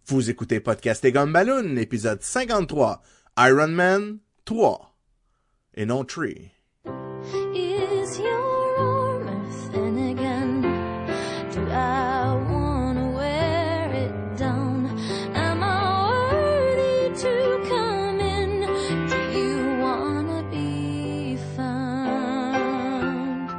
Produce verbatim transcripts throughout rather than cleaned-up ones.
Vous écoutez Podcast et Gumballoon, épisode cinquante-trois, Iron Man trois, et non Tree. Is your armor thin again? Do I wanna wear it down? Am I worthy to come in? Do you wanna be found?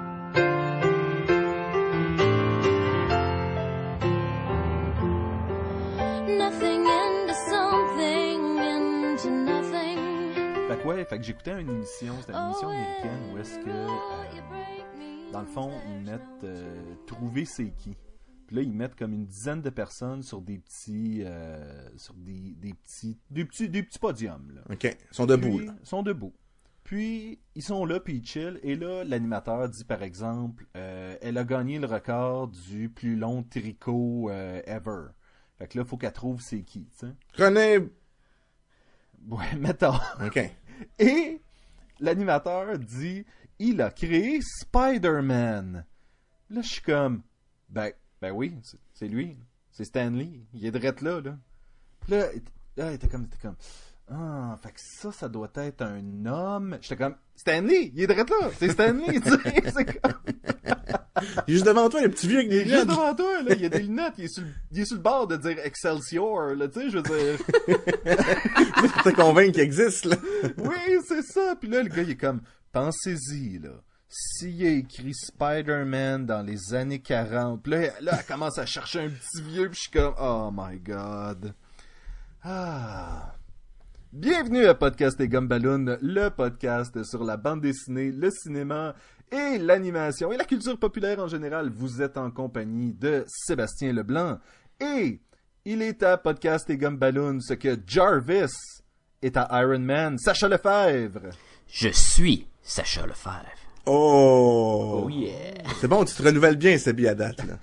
Nothing into something, into nothing. Fait que ouais, fait que j'écoutais une émission, c'était une émission américaine où est-ce que, euh, dans le fond, ils mettent euh, trouver c'est qui. Puis là, ils mettent comme une dizaine de personnes sur des petits, euh, sur des, des petits, des petits, des petits podiums là. OK, ils sont debout. Puis, Là. ils sont debout. Puis ils sont là, puis ils chill. Et là, l'animateur dit par exemple, euh, elle a gagné le record du plus long tricot euh, ever. Fait que là, faut qu'elle trouve c'est qui, tu sais. René... Ouais, mettons. OK. Et l'animateur dit il a créé Spider-Man. Là, je suis comme ben, ben oui, c'est, c'est lui. C'est Stan Lee. Il est direct là, là. Puis là, là, il était comme, il était comme ah, fait que ça, ça doit être un homme. J'étais comme Stan Lee, il est direct là. C'est Stan Lee, tu sais. C'est comme... Il est juste devant toi, le petit vieux avec des Il est juste lunettes. devant toi, là. Il y a des lunettes. Il est sur le, il est sur le bord de dire Excelsior, là, tu sais, je veux dire. Pour te convaincre qu'il existe, là. Oui, c'est ça. Puis là, le gars, il est comme, pensez-y, là. S'il a écrit Spider-Man dans les années quarante, puis là, là, elle commence à chercher un petit vieux, puis je suis comme, oh my god. Ah. Bienvenue à Podcast et Gumballoon, le podcast sur la bande dessinée, le cinéma et l'animation et la culture populaire en général. Vous êtes en compagnie de Sébastien Leblanc et il est à Podcast et Gumballoon ce que Jarvis est à Iron Man, Sacha Lefebvre. Je suis Sacha Lefebvre. Oh! Oh yeah! C'est bon, tu te renouvelles bien, Sebi, à date, là.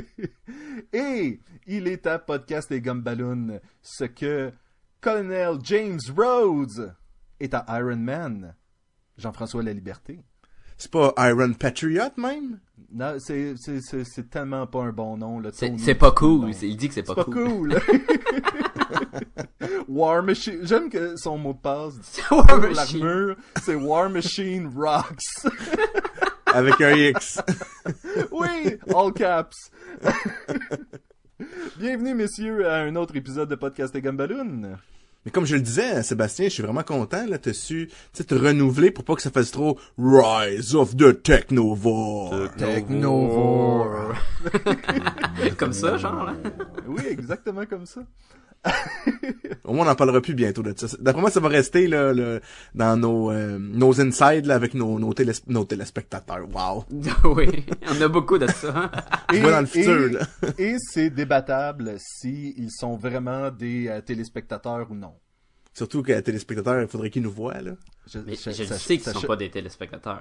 Et il est à Podcast et Gumballoon ce que Colonel James Rhodes est à Iron Man, Jean-François Laliberté. C'est pas Iron Patriot, même? Non, c'est, c'est, c'est, c'est tellement pas un bon nom, là. C'est, Tony. c'est pas cool. C'est, il dit que c'est pas, C'est pas cool. cool. War Machine. J'aime que son mot de passe. War pour Machine. l'armure, c'est War Machine Rocks. Avec un X. Oui, all caps. Bienvenue, messieurs, à un autre épisode de Podcast et Gumballoon. Mais comme je le disais, Sébastien, je suis vraiment content, là, t'as su, tu sais, te renouveler pour pas que ça fasse trop Rise of the Technovore. Technovore. Comme ça, genre, là. Oui, exactement comme ça. Au moins, on n'en parlera plus bientôt de ça. D'après moi, ça va rester là, là dans nos euh, nos insides là, avec nos nos, télés, nos téléspectateurs. Wow. Oui, on a beaucoup de ça. Je vois dans le futur, et, là. et c'est débattable si ils sont vraiment des euh, téléspectateurs ou non. Surtout que les téléspectateurs, il faudrait qu'ils nous voient, là. Je, Mais je, je- je ça- sais qu'ils ça- sont ça- pas des téléspectateurs.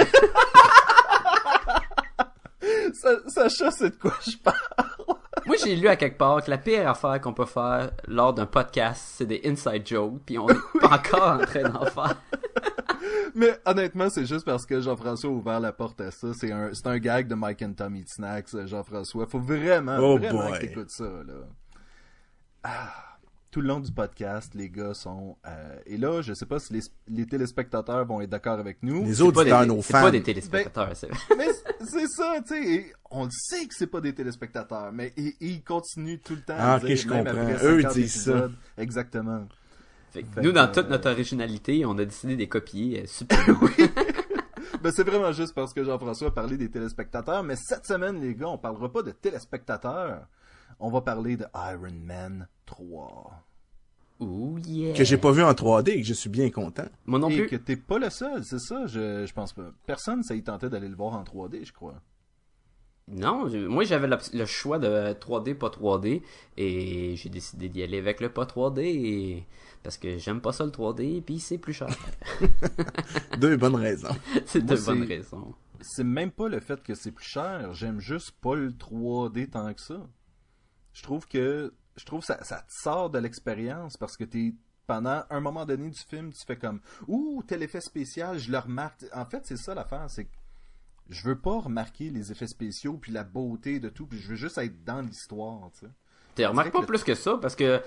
ça- Sacha, c'est de quoi je parle? Moi, j'ai lu à quelque part que la pire affaire qu'on peut faire lors d'un podcast, c'est des inside jokes, puis on est pas encore en train d'en faire. Mais honnêtement, c'est juste parce que Jean-François a ouvert la porte à ça. C'est un, c'est un gag de Mike and Tom Eat Snacks, Jean-François. Faut vraiment, Oh vraiment boy. que t'écoutes ça, là. Ah, tout le long du podcast, les gars sont... euh, et là, je sais pas si les, les téléspectateurs vont être d'accord avec nous. Les C'est pas, auditeurs, des, nos c'est fans. pas des téléspectateurs, c'est Mais c'est ça, tu sais. et On le sait que c'est pas des téléspectateurs, mais ils, ils continuent tout le temps Ah, à ok, dire, je même comprends. après Eux, ils cinquante disent ça. épisodes. Exactement. Fait que Fait nous, dans que, toute euh, notre originalité, on a décidé de les copier. euh, Super. Ben, c'est vraiment juste parce que Jean-François a parlé des téléspectateurs, mais cette semaine, les gars, on parlera pas de téléspectateurs. On va parler de Iron Man trois. Ouh yeah. Que j'ai pas vu en trois D et que je suis bien content. Moi non Et plus. que t'es pas le seul, c'est ça, je, je pense pas. Personne s'est tenté d'aller le voir en trois D, je crois. Non, je- moi j'avais le, le choix de trois D, pas trois D, et j'ai décidé d'y aller avec le pas trois D, et- parce que j'aime pas ça le trois D, et puis c'est plus cher. Deux bonnes raisons. C'est de Moi, bonnes c'est- raisons. C'est même pas le fait que c'est plus cher, j'aime juste pas le trois D tant que ça. Je trouve que je trouve ça ça te sort de l'expérience parce que t'es pendant un moment donné du film, tu fais comme ouh, tel effet spécial, je le remarque. En fait, c'est ça l'affaire, c'est que je veux pas remarquer les effets spéciaux puis la beauté de tout, puis je veux juste être dans l'histoire, tu sais. Tu remarques pas que le- plus que ça parce que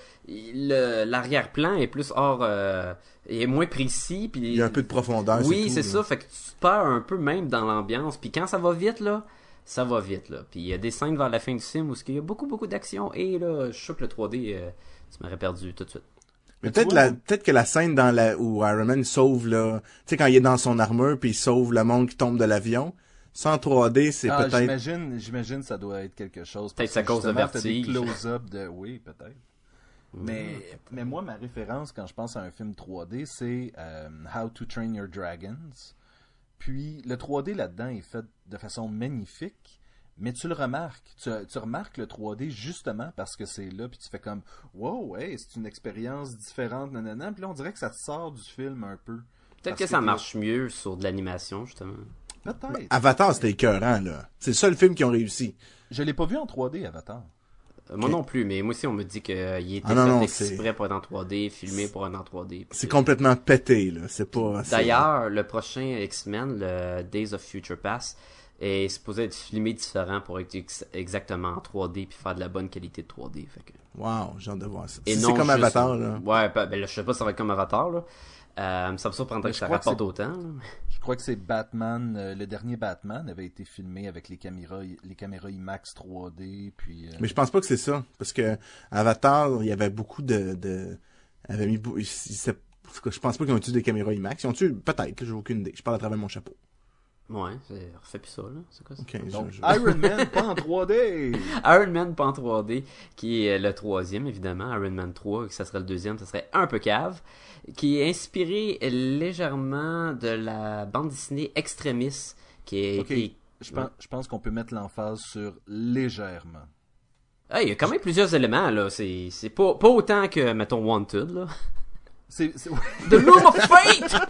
le- l'arrière-plan est plus hors, euh, est moins précis. Puis Il y a un peu de profondeur. oui, tout, c'est là. ça. Fait que tu te perds un peu même dans l'ambiance. Puis quand ça va vite là, ça va vite là. Puis il y a des scènes vers la fin du film où il y a beaucoup beaucoup d'action et là, je suis sûr que le trois D, euh, tu m'aurais perdu tout de suite. Mais Mais peut-être tu vois, la, peut-être que la scène dans la, où Iron Man sauve, là, tu sais, quand il est dans son armure puis il sauve le monde qui tombe de l'avion, sans trois D, c'est Ah, peut-être, j'imagine, j'imagine ça doit être quelque chose. Peut-être parce à que cause de justement, t'as des vertige. close-up de... Oui, peut-être. Mais, mais moi, ma référence quand je pense à un film trois D, c'est euh, How to Train Your Dragons. Puis le trois D là-dedans est fait de façon magnifique, mais tu le remarques. Tu, tu remarques le trois D justement parce que c'est là, puis tu fais comme « Wow, hey, c'est une expérience différente, nanana. » Puis là, on dirait que ça te sort du film un peu. Peut-être Parce que ça t'es- marche mieux sur de l'animation justement. Peut-être. Avatar, c'était écœurant, là. C'est le seul film qui ont réussi. Je l'ai pas vu en trois D, Avatar. Euh, Moi Ok. non plus, mais moi aussi on me dit qu'il était Ah non, fait non, exprès pour être en trois D, filmé pour être en trois D. C'est complètement pété, là. C'est pas, c'est- D'ailleurs, le prochain X-Men, le Days of Future Past, est supposé être filmé différent pour être ex- exactement en trois D puis faire de la bonne qualité de trois D. Fait que... Wow, j'ai hâte de voir ça. Et Si non c'est comme juste- Avatar, là. Ouais, ben, ben là, je sais pas si ça va être comme Avatar, là. Euh, ça me surprendrait Mais que je ça crois que rapporte c'est- autant. Là. Je crois que c'est Batman, euh, le dernier Batman avait été filmé avec les caméras, les caméras IMAX trois D, puis... euh, Mais je pense pas que c'est ça. Parce que Avatar, il y avait beaucoup de, de, avait mis, beau- il- il s'est- je pense pas qu'ils ont utilisé des caméras IMAX. Ils ont tué, peut-être, là, j'ai aucune idée. Je parle à travers mon chapeau. Ouais, c'est... refais plus ça, là. C'est quoi ça? Ok, je- Donc, je- Iron Man, pas en trois D! Iron Man pas en trois D, qui est le troisième, évidemment. Iron Man trois, que ça serait le deuxième, ça serait un peu cave. Qui est inspiré légèrement de la bande dessinée Extremis, qui est... Ok, qui- je pense, je pense qu'on peut mettre l'emphase sur légèrement. Ah, il y a quand même plusieurs éléments, là. C'est, c'est pas, pas autant que, mettons, Wanted, là. C'est, c'est- The Loom of Fate!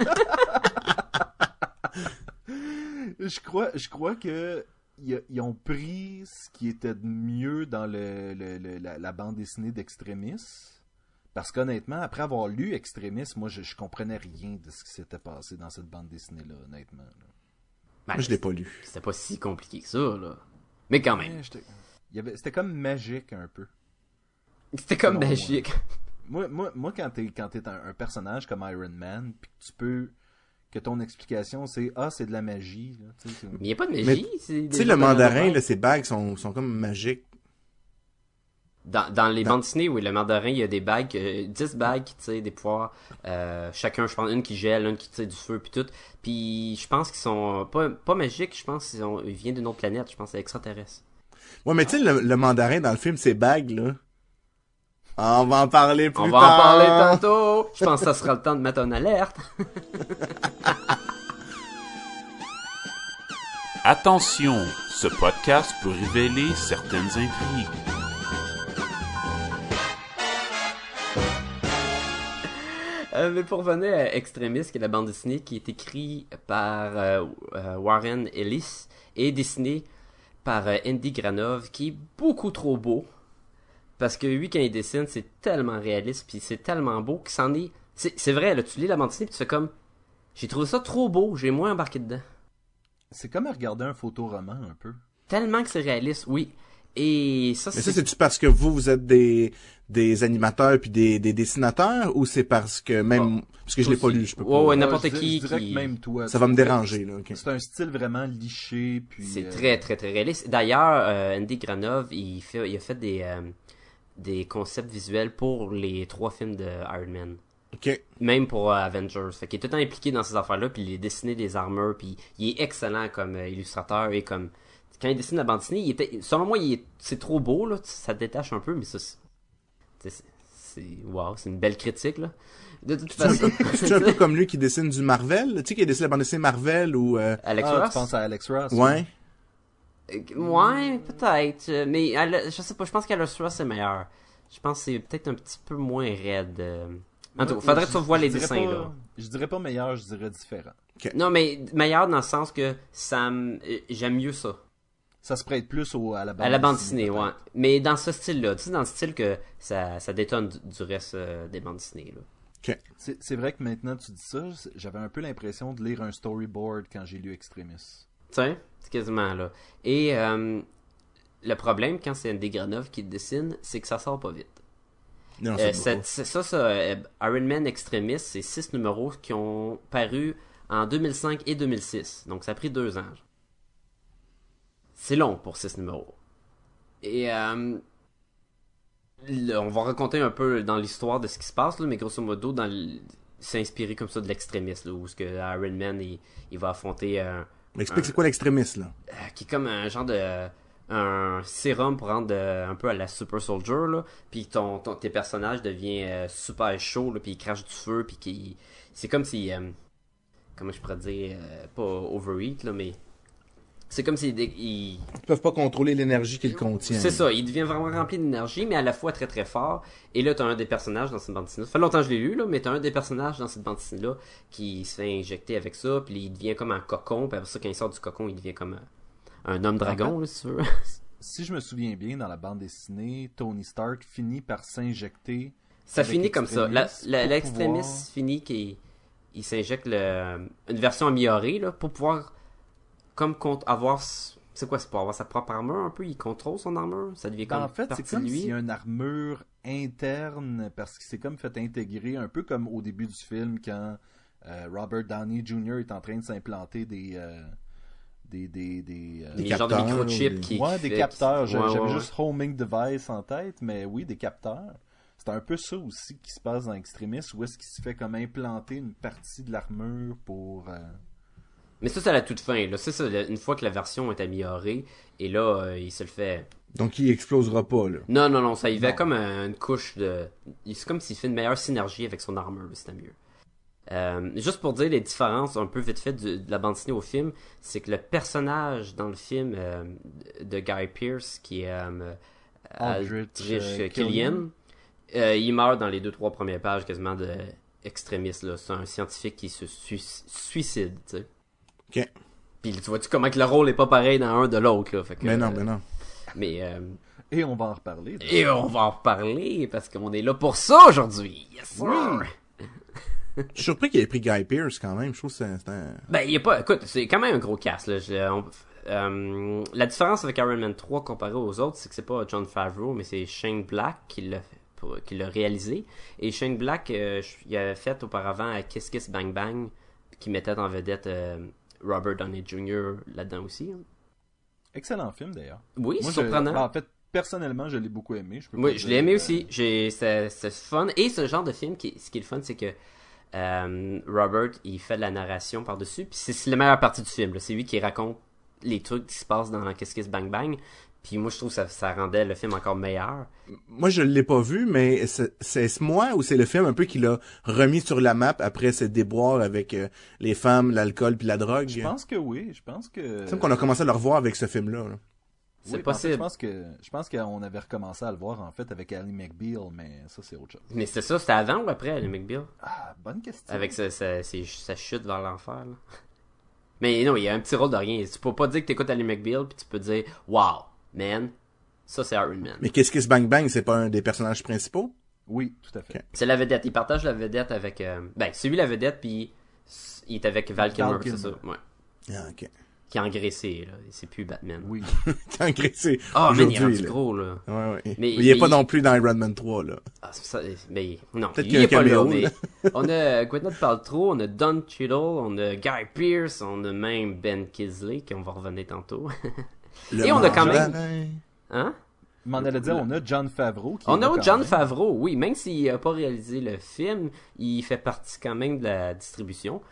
je crois, je crois que ils, ils ont pris ce qui était de mieux dans le, le- le- la, la bande dessinée d'Extremis. Parce qu'honnêtement, après avoir lu Extremis, moi, je, je comprenais rien de ce qui s'était passé dans cette bande dessinée-là, honnêtement. là. Ben, Moi, je l'ai pas lu. C'était pas si compliqué que ça, là. Mais quand même. Ouais, j'étais- il y avait- C'était comme magique un peu. C'était comme Selon magique. Moi, moi, moi quand t'es quand t'es un, un personnage comme Iron Man, puis que tu peux que ton explication c'est ah c'est de la magie, là, tu sais, c'est- Mais il n'y a pas de magie. Mais, c'est des Tu sais, le gens de mandarin, l'envers. là, ses bagues sont, sont comme magiques. Dans, dans les Dans- bandes dessinées, oui, le mandarin, il y a des bagues, euh, dix bagues qui tirent des pouvoirs. Euh, chacun, je pense, une qui gèle, une qui tire du feu, puis tout. Puis je pense qu'ils sont pas, pas magiques, je pense qu'ils ont- ils viennent d'une autre planète, je pense que c'est extraterrestre. Ouais, mais tu sais, le, le mandarin dans le film, ses bagues, là. Ah, on va en parler plus On tard. va en parler tantôt! Je pense que ça sera le temps de mettre une alerte. Attention, ce podcast peut révéler certaines intrigues. Euh, mais pour revenir à Extremis, qui est la bande dessinée qui est écrite par euh, euh, Warren Ellis et dessinée par euh, Andy Granov, qui est beaucoup trop beau. Parce que lui, quand il dessine, c'est tellement réaliste, puis c'est tellement beau que c'en est... C'est, c'est vrai, là, tu lis la bande dessinée, puis tu fais comme... J'ai trouvé ça trop beau, j'ai moins embarqué dedans. c'est comme à regarder un photoroman un peu. Tellement que c'est réaliste, oui. Et ça, Mais c'est... ça, c'est-tu parce que vous, vous êtes des, des animateurs puis des, des dessinateurs, ou c'est parce que même, Oh, parce que je l'ai pas lu, je peux Ouais, pas. ouais, n'importe Ouais, je qui dirais- Je dirais qui- que même toi. Ça tu- va me déranger, là, ok. C'est un style vraiment liché, puis... C'est euh, très, très, très réaliste. D'ailleurs, euh, Andy Granov, il, fait, il a fait des, euh, des concepts visuels pour les trois films de Iron Man. Ok. Même pour euh, Avengers. Fait qu'il est tout le temps impliqué dans ces affaires-là, puis il a dessiné des armures, puis il est excellent comme euh, illustrateur et comme... Quand il dessine la bande dessinée, il était... selon moi, il est... c'est trop beau, là. Ça détache un peu, mais ça... C'est... c'est... c'est... Wow, c'est une belle critique, là. De toute C'est un, façon... peu- c'est un peu comme lui qui dessine du Marvel, tu sais, qui a dessiné la bande dessinée Marvel ou, euh, Alex Ah, Ross? tu penses à Alex Ross? ouais. Euh, Ouais, peut-être. euh, Mais Ale- je sais pas, je pense qu'Alex Ross c'est meilleur. Je pense que c'est peut-être un petit peu moins raide. euh. En tout cas, Moi, faudrait que je- tu vois je les dirais dessins, pas- là. Je dirais pas meilleur, je dirais différent. Non, mais meilleur dans le sens que ça me- euh, j'aime mieux ça. Ça se prête plus au, à la bande À la bande dessinée, peut-être. ouais. Mais dans ce style-là, tu sais, dans le style que ça, ça détonne du, du reste euh, des bandes dessinées, là. C'est c'est vrai que maintenant tu dis ça, j'avais un peu l'impression de lire un storyboard quand j'ai lu Extremis. Tu sais, c'est quasiment là. Et euh, le problème, quand c'est Andy Granov qui le dessine, c'est que ça sort pas vite. Non, Euh, ça c'est- va. c'est ça, ça, euh, Iron Man Extremis, c'est six numéros qui ont paru en deux mille cinq et deux mille six. Donc ça a pris deux ans. C'est long pour six numéros. Et euh, là, on va raconter un peu dans l'histoire de ce qui se passe, là, mais grosso modo, dans le- c'est inspiré comme ça de l'Extremis, là, où ce que Iron Man il, il va affronter un, Mais explique, c'est quoi l'extrémiste, là? euh, qui est comme un genre de un sérum pour rendre euh, un peu à la Super Soldier là, puis ton, ton tes personnages deviennent euh, super chauds là, puis ils crachent du feu puis qui c'est comme si euh, comment je pourrais dire euh, pas overheat là, mais c'est comme si il, il- Ils peuvent pas contrôler l'énergie qu'il contient. c'est ça, il devient vraiment rempli d'énergie mais à la fois très très fort. Et là t'as un des personnages dans cette bande dessinée, ça fait longtemps que je l'ai lu là, mais t'as un des personnages dans cette bande dessinée là qui se fait injecter avec ça, puis il devient comme un cocon, puis après ça quand il sort du cocon il devient comme un, un homme dragon là, si tu veux. Si je me souviens bien, dans la bande dessinée, Tony Stark finit par s'injecter. Ça avec finit comme ça. La, Extremis la, pour l'extrémiste pouvoir- finit qu'il il s'injecte le, une version améliorée là, pour pouvoir comme compte, avoir c'est quoi c'est pour avoir sa propre armure un peu, il contrôle son armure, ça devient comme Ben, en fait, partie c'est comme de lui. s'il y a une armure interne, parce qu'il s'est comme fait intégrer, un peu comme au début du film, quand euh, Robert Downey junior est en train de s'implanter des... euh, des, des, des, euh, Des Des genres de capteurs, microchips des- qui ouais, qui des fait- capteurs. qui- Je- ouais, J'avais ouais, juste homing device en tête, mais oui, des capteurs. C'est un peu ça aussi qui se passe dans Extremis, où est-ce qu'il se fait comme implanter une partie de l'armure pour... euh, Mais ça c'est à la toute fin là, c'est ça là, une fois que la version est améliorée et là euh, il se le fait. Donc, il explosera pas, là. Non non non, ça y va Non. comme un- une couche de c'est comme s'il fait une meilleure synergie avec son armure, là, c'était mieux. Euh, juste pour dire les différences un peu vite fait du- de la bande dessinée au film, c'est que le personnage dans le film euh, de Guy Pearce qui est euh, Aldrich, Aldrich euh, Killian, euh, il meurt dans les deux trois premières pages quasiment de Extremis là. C'est un scientifique qui se sui- suicide, tu sais. OK. Puis tu vois-tu comment que le rôle est pas pareil dans un de l'autre là, fait que, Mais non, euh, mais non. mais euh, Et on va en reparler. de et ça. on va en reparler parce qu'on est là pour ça aujourd'hui. Yes, sir. Oui. Je suis surpris qu'il ait pris Guy Pearce, quand même. Je trouve que c'est c'est un... Ben, il y a pas. Écoute, c'est quand même un gros casse, là. Je- on- euh, la différence avec Iron Man trois comparé aux autres, c'est que c'est pas Jon Favreau, mais c'est Shane Black qui l'a pour- qui l'a réalisé. Et Shane Black, euh, je- il avait fait auparavant à Kiss Kiss Bang Bang, qui mettait en vedette euh, Robert Downey junior là-dedans aussi. hein. Excellent film, d'ailleurs. Oui, Moi, je- surprenant. ben, en fait, personnellement, je l'ai beaucoup aimé. Je peux Oui, pas je dire, l'ai aimé euh, aussi. J'ai, c'est, c'est fun. Et ce genre de film, qui, ce qui est le fun, c'est que euh, Robert, il fait de la narration par-dessus. Puis c'est, c'est la meilleure partie du film. là. C'est lui qui raconte les trucs qui se passent dans Kiss Kiss Bang Bang. Puis moi, je trouve que ça, ça rendait le film encore meilleur. Moi, je l'ai pas vu, mais c'est c'est moi ou c'est le film un peu qui l'a remis sur la map après ses déboires avec euh, les femmes, l'alcool puis la drogue? Je pense que oui. Je pense que... Il me semble qu'on a commencé à le revoir avec ce film-là. là. C'est Oui, en fait, possible. je pense que je pense qu'on avait recommencé à le voir en fait avec Ali McBeal, mais ça c'est autre chose. Mais c'était ça, c'était avant ou après, le McBeal? Ah, bonne question. Avec sa, sa, ses- sa chute vers l'enfer, là. Mais non, il y a un petit rôle de rien. Tu peux pas dire que t'écoutes Ali McBeal, puis tu peux dire « Wow, man, ça c'est Iron Man. » Mais Kiss Kiss Bang Bang, c'est pas un des personnages principaux? Oui, tout à fait. Ok. C'est la vedette. Il partage la vedette avec... euh, Ben, c'est lui la vedette, puis il est avec Val Kilmer, Val c'est ça. Kilmer. Ouais. Ah, ok. Qui est engraissé, là. C'est plus Batman. Oui. T'es engraissé Ah, mais il est aujourd'hui, rendu là. gros, là. Ouais, ouais. Mais- il est mais pas il- non plus dans Iron Man trois, là. Ah, c'est ça, mais non, Peut-être il qu'il y a est un pas là, caméo, mais là. on a Gwyneth Paltrow, on a Don Cheadle, on a Guy Pearce, on a même Ben Kingsley, qu'on va revenir tantôt. Le Et on a quand même- mange-marin. Hein? M'en allait dire, on a John Favreau qui On est là a quand John même. Favreau, oui, même s'il n'a pas réalisé le film, il fait partie quand même de la distribution.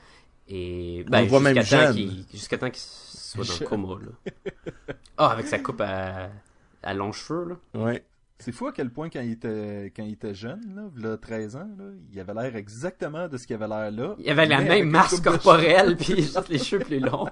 Et ben, On le voit même jusqu'à temps jeune. qu'il jusqu'à temps qu'il soit dans le Jeune. coma, là. Ah, avec sa coupe à, à longs cheveux, là. Ouais. C'est fou à quel point quand il était quand il était jeune, là, il a treize ans, là, il avait l'air exactement de ce qu'il avait l'air là. Il avait la mais même avec une masse coupe de corporelle, puis juste les cheveux plus longs.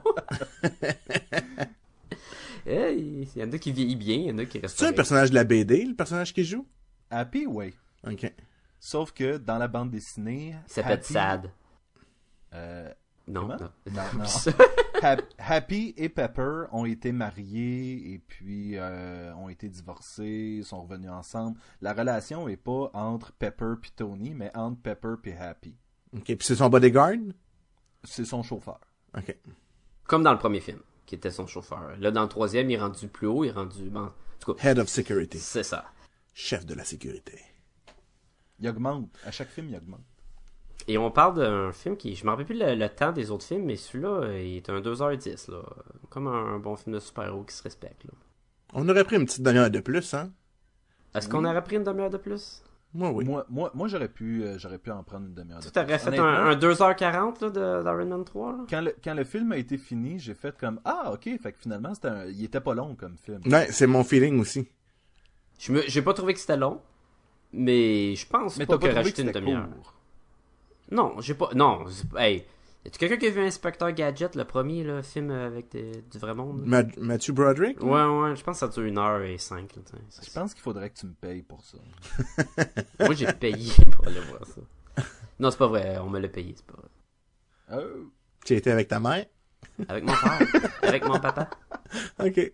Eh, il y en a qui vieillit bien, il y en a qui restent C'est un pareils. personnage de la B D, le personnage qui joue? Happy, oui. Ok. Sauf que dans la bande dessinée, Il s'appelle Happy- Sad. Euh, Non, comment? non. Non, non. Ça. Hap- Happy et Pepper ont été mariés et puis euh, ont été divorcés, sont revenus ensemble. La relation est pas entre Pepper puis Tony, mais entre Pepper puis Happy. Ok. Puis c'est son bodyguard? C'est son chauffeur. Ok. Comme dans le premier film, qui était son chauffeur. Là, dans le troisième, il est rendu plus haut, il est rendu... Bon, tout cas, Head of Security. c'est ça. Chef de la sécurité. Il augmente. À chaque film, il augmente. Et on parle d'un film qui, je me rappelle plus le, le temps des autres films, mais celui-là, euh, il est un deux heures dix, là. Comme un, un bon film de super-héros qui se respecte, là. On aurait pris une petite demi-heure de plus, hein? Est-ce qu'on aurait pris une demi-heure de plus? Moi, oui. Moi, moi, moi j'aurais pu, euh, j'aurais pu en prendre une demi-heure. Tu de t'aurais plus. fait un, Honnêtement, un deux heures quarante, là, de, d'Iron Man trois, là? Quand le, quand le film a été fini, j'ai fait comme ah ok, fait que finalement c'était un... il était pas long comme film. Ouais, c'est mon feeling aussi. Je me, j'ai pas trouvé que c'était long, mais je pense Mais pas t'as pas que trouvé que rajouter une c'était demi-heure. court. Non, j'ai pas. Non, c'est- hey. Y a quelqu'un qui a vu Inspecteur Gadget, le premier là, film avec des- du vrai monde? Ma- Matthew Broderick? Ouais, ouais, je pense que ça dure une heure et cinq. Là, t'sais. Je pense qu'il faudrait que tu me payes pour ça. Moi, j'ai payé pour aller voir ça. Non, c'est pas vrai, on me l'a payé, c'est pas vrai. Oh. Tu étais avec ta mère? Avec mon père, avec mon papa. Ok.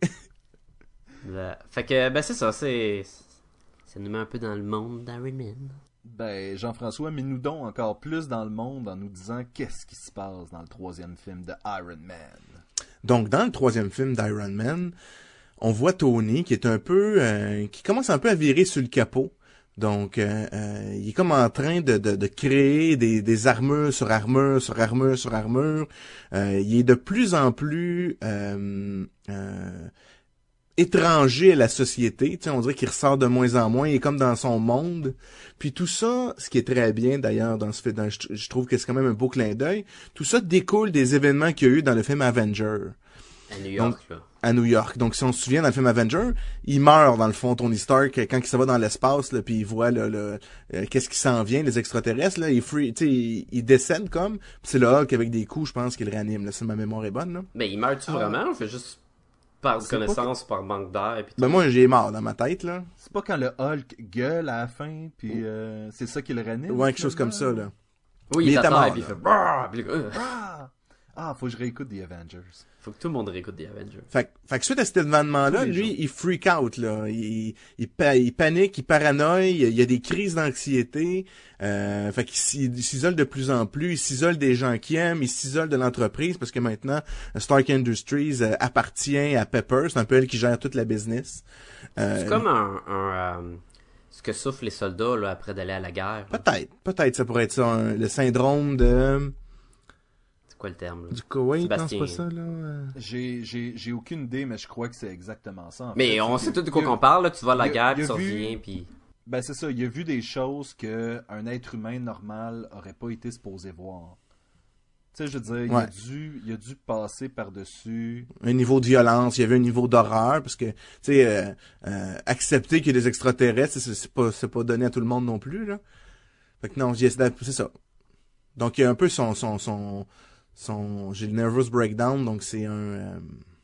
Là. Fait que, ben c'est ça, c'est. Ça nous met un peu dans le monde d'Iron Man. Ben, Jean-François, mets-nous donc encore plus dans le monde en nous disant qu'est-ce qui se passe dans le troisième film de Iron Man. Donc, dans le troisième film d'Iron Man, on voit Tony qui est un peu... euh, qui commence un peu à virer sur le capot. Donc, euh, euh, il est comme en train de, de, de créer des, des armures sur armures, sur armures, sur armures. Euh, il est de plus en plus... Euh, euh, étranger à la société, tu sais, on dirait qu'il ressort de moins en moins, il est comme dans son monde. Puis tout ça, ce qui est très bien d'ailleurs dans ce film, dans, je, je trouve que c'est quand même un beau clin d'œil, tout ça découle des événements qu'il y a eu dans le film Avenger À New York, Donc, là. à New York. Donc si on se souvient dans le film Avenger, il meurt dans le fond Tony Stark quand il s'en va dans l'espace là, puis il voit là, le euh, qu'est-ce qui s'en vient, les extraterrestres là, il free, tu sais, il, il décède comme, puis c'est le Hulk avec des coups, je pense qu'il le réanime là, si ma mémoire est bonne là. Mais il meurt-tu Ah. vraiment? On fait juste par C'est pas connaissance, par manque d'air. Pis tout. Ben moi j'ai mort dans ma tête là. C'est pas quand le Hulk gueule à la fin, puis euh, c'est ça qui le ranime? Ouais, quelque chose comme ça finalement? là. Oui, Mais il il est à était terre, mort, puis il là. fait brrr, puis le gars, euh, Ah! Ah, faut que je réécoute The Avengers. faut que tout le monde réécoute des Avengers. Fait, que- fait que suite à cet événement-là, Tous les lui, jours. il freak out, là. Il, il, pa- il panique, il paranoïe, il y a des crises d'anxiété. Euh, fait qu'il s'i- il s'isole de plus en plus, il s'isole des gens qui aiment, il s'isole de l'entreprise parce que maintenant, Stark Industries euh, appartient à Pepper, c'est un peu elle qui gère toute la business. Euh, C'est comme un, un euh, ce que souffrent les soldats là, après d'aller à la guerre. là. Peut-être, peut-être ça pourrait être ça, un- le syndrome de... C'est quoi le terme? Là? du Koweït, non, c'est Sébastien. pas ça, là? euh. J'ai, j'ai, j'ai aucune idée, mais je crois que c'est exactement ça. en Mais fait. on Il- sait tout de quoi il- qu'on parle. Là. Tu vas à la il a- guerre, il a puis tu vu- reviens, puis... Ben c'est ça, il a vu des choses que un être humain normal aurait pas été supposé voir. Tu sais, je veux dire, il, Ouais. a dû, il a dû passer par-dessus. Un niveau de violence, il y avait un niveau d'horreur, parce que, tu sais, euh, euh, accepter qu'il y ait des extraterrestres, c'est, c'est pas, c'est pas donné à tout le monde non plus, là. Fait que non, j'ai- c'est ça. Donc, il y a un peu son, son, son, son, j'ai le nervous breakdown, donc c'est un, euh,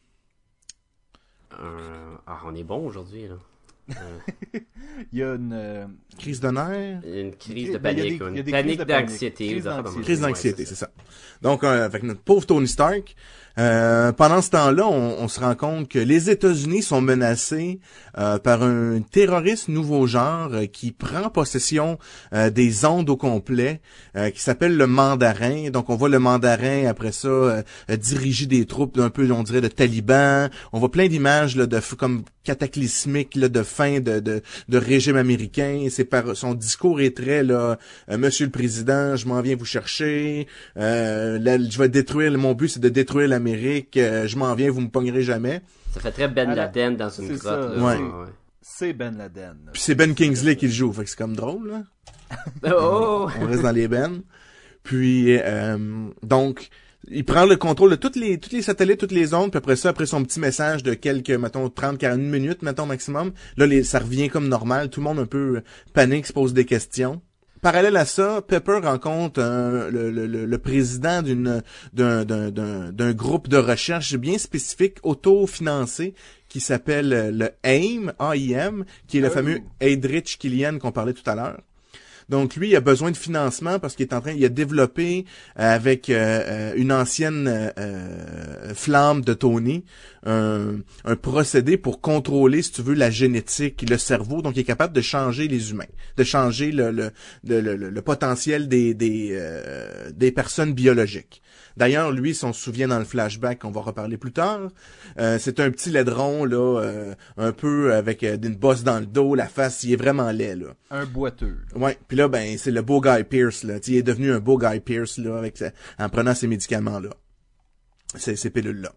Euh, Ah, on est bon aujourd'hui, là. Euh, Il y a une, euh, crise de nerfs. une crise Ben, de il y a panique, des- ou il y a une des crises panique de panique. d'anxiété. Crise des affaires de d'anxiété. même. Crise Ouais, d'anxiété, c'est ça. Donc, euh, avec notre pauvre Tony Stark, euh, pendant ce temps-là, on, on se rend compte que les États-Unis sont menacés euh, par un terroriste nouveau genre euh, qui prend possession euh, des ondes au complet, euh, qui s'appelle le Mandarin. Donc, on voit le Mandarin, après ça, euh, euh, diriger des troupes d'un peu, on dirait, de talibans. On voit plein d'images là, de f- comme cataclysmiques là, de fin de, de, de régime américain. C'est par son discours est très là, euh, Monsieur le Président, je m'en viens vous chercher. Euh, là, je vais détruire. Mon but, c'est de détruire l'Amérique. Euh, je m'en viens, vous me pognerez jamais. Ça fait très Ben À la- Laden dans une c'est grotte. ça, là. ouais. Ouais. c'est Ben Laden. Puis c'est Ben Kingsley qui le joue, fait que c'est comme drôle. Là. Oh! On reste dans les Ben. Puis euh, donc. Il prend le contrôle de toutes les, tous les satellites, toutes les ondes, puis après ça, après son petit message de quelques, mettons, trente, quarante minutes, mettons, maximum, là, les, ça revient comme normal, tout le monde un peu panique, se pose des questions. Parallèle à ça, Pepper rencontre un- le, le, le, le président d'une, d'un, d'un, d'un, d'un groupe de recherche bien spécifique, auto-financé, qui s'appelle le AIM, A I M, qui est le Oh. fameux Heydrich Killian qu'on parlait tout à l'heure. Donc lui, il a besoin de financement parce qu'il est en train, il a développé euh, avec euh, euh, une ancienne euh, euh, flamme de Tony un, un procédé pour contrôler, si tu veux, la génétique, le cerveau. Donc il est capable de changer les humains, de changer le le le, le, le potentiel des des euh, des personnes biologiques. D'ailleurs, lui, si on se souvient dans le flashback, on va reparler plus tard, euh, c'est un petit laidron, là, euh, un peu avec euh, une bosse dans le dos, la face, il est vraiment laid, là. Un boiteux. Ouais, puis là, ben, c'est le beau Guy Pearce, là. T'sais, il est devenu un beau Guy Pearce, là, avec sa- en prenant ces médicaments-là. Ces, ces pilules-là.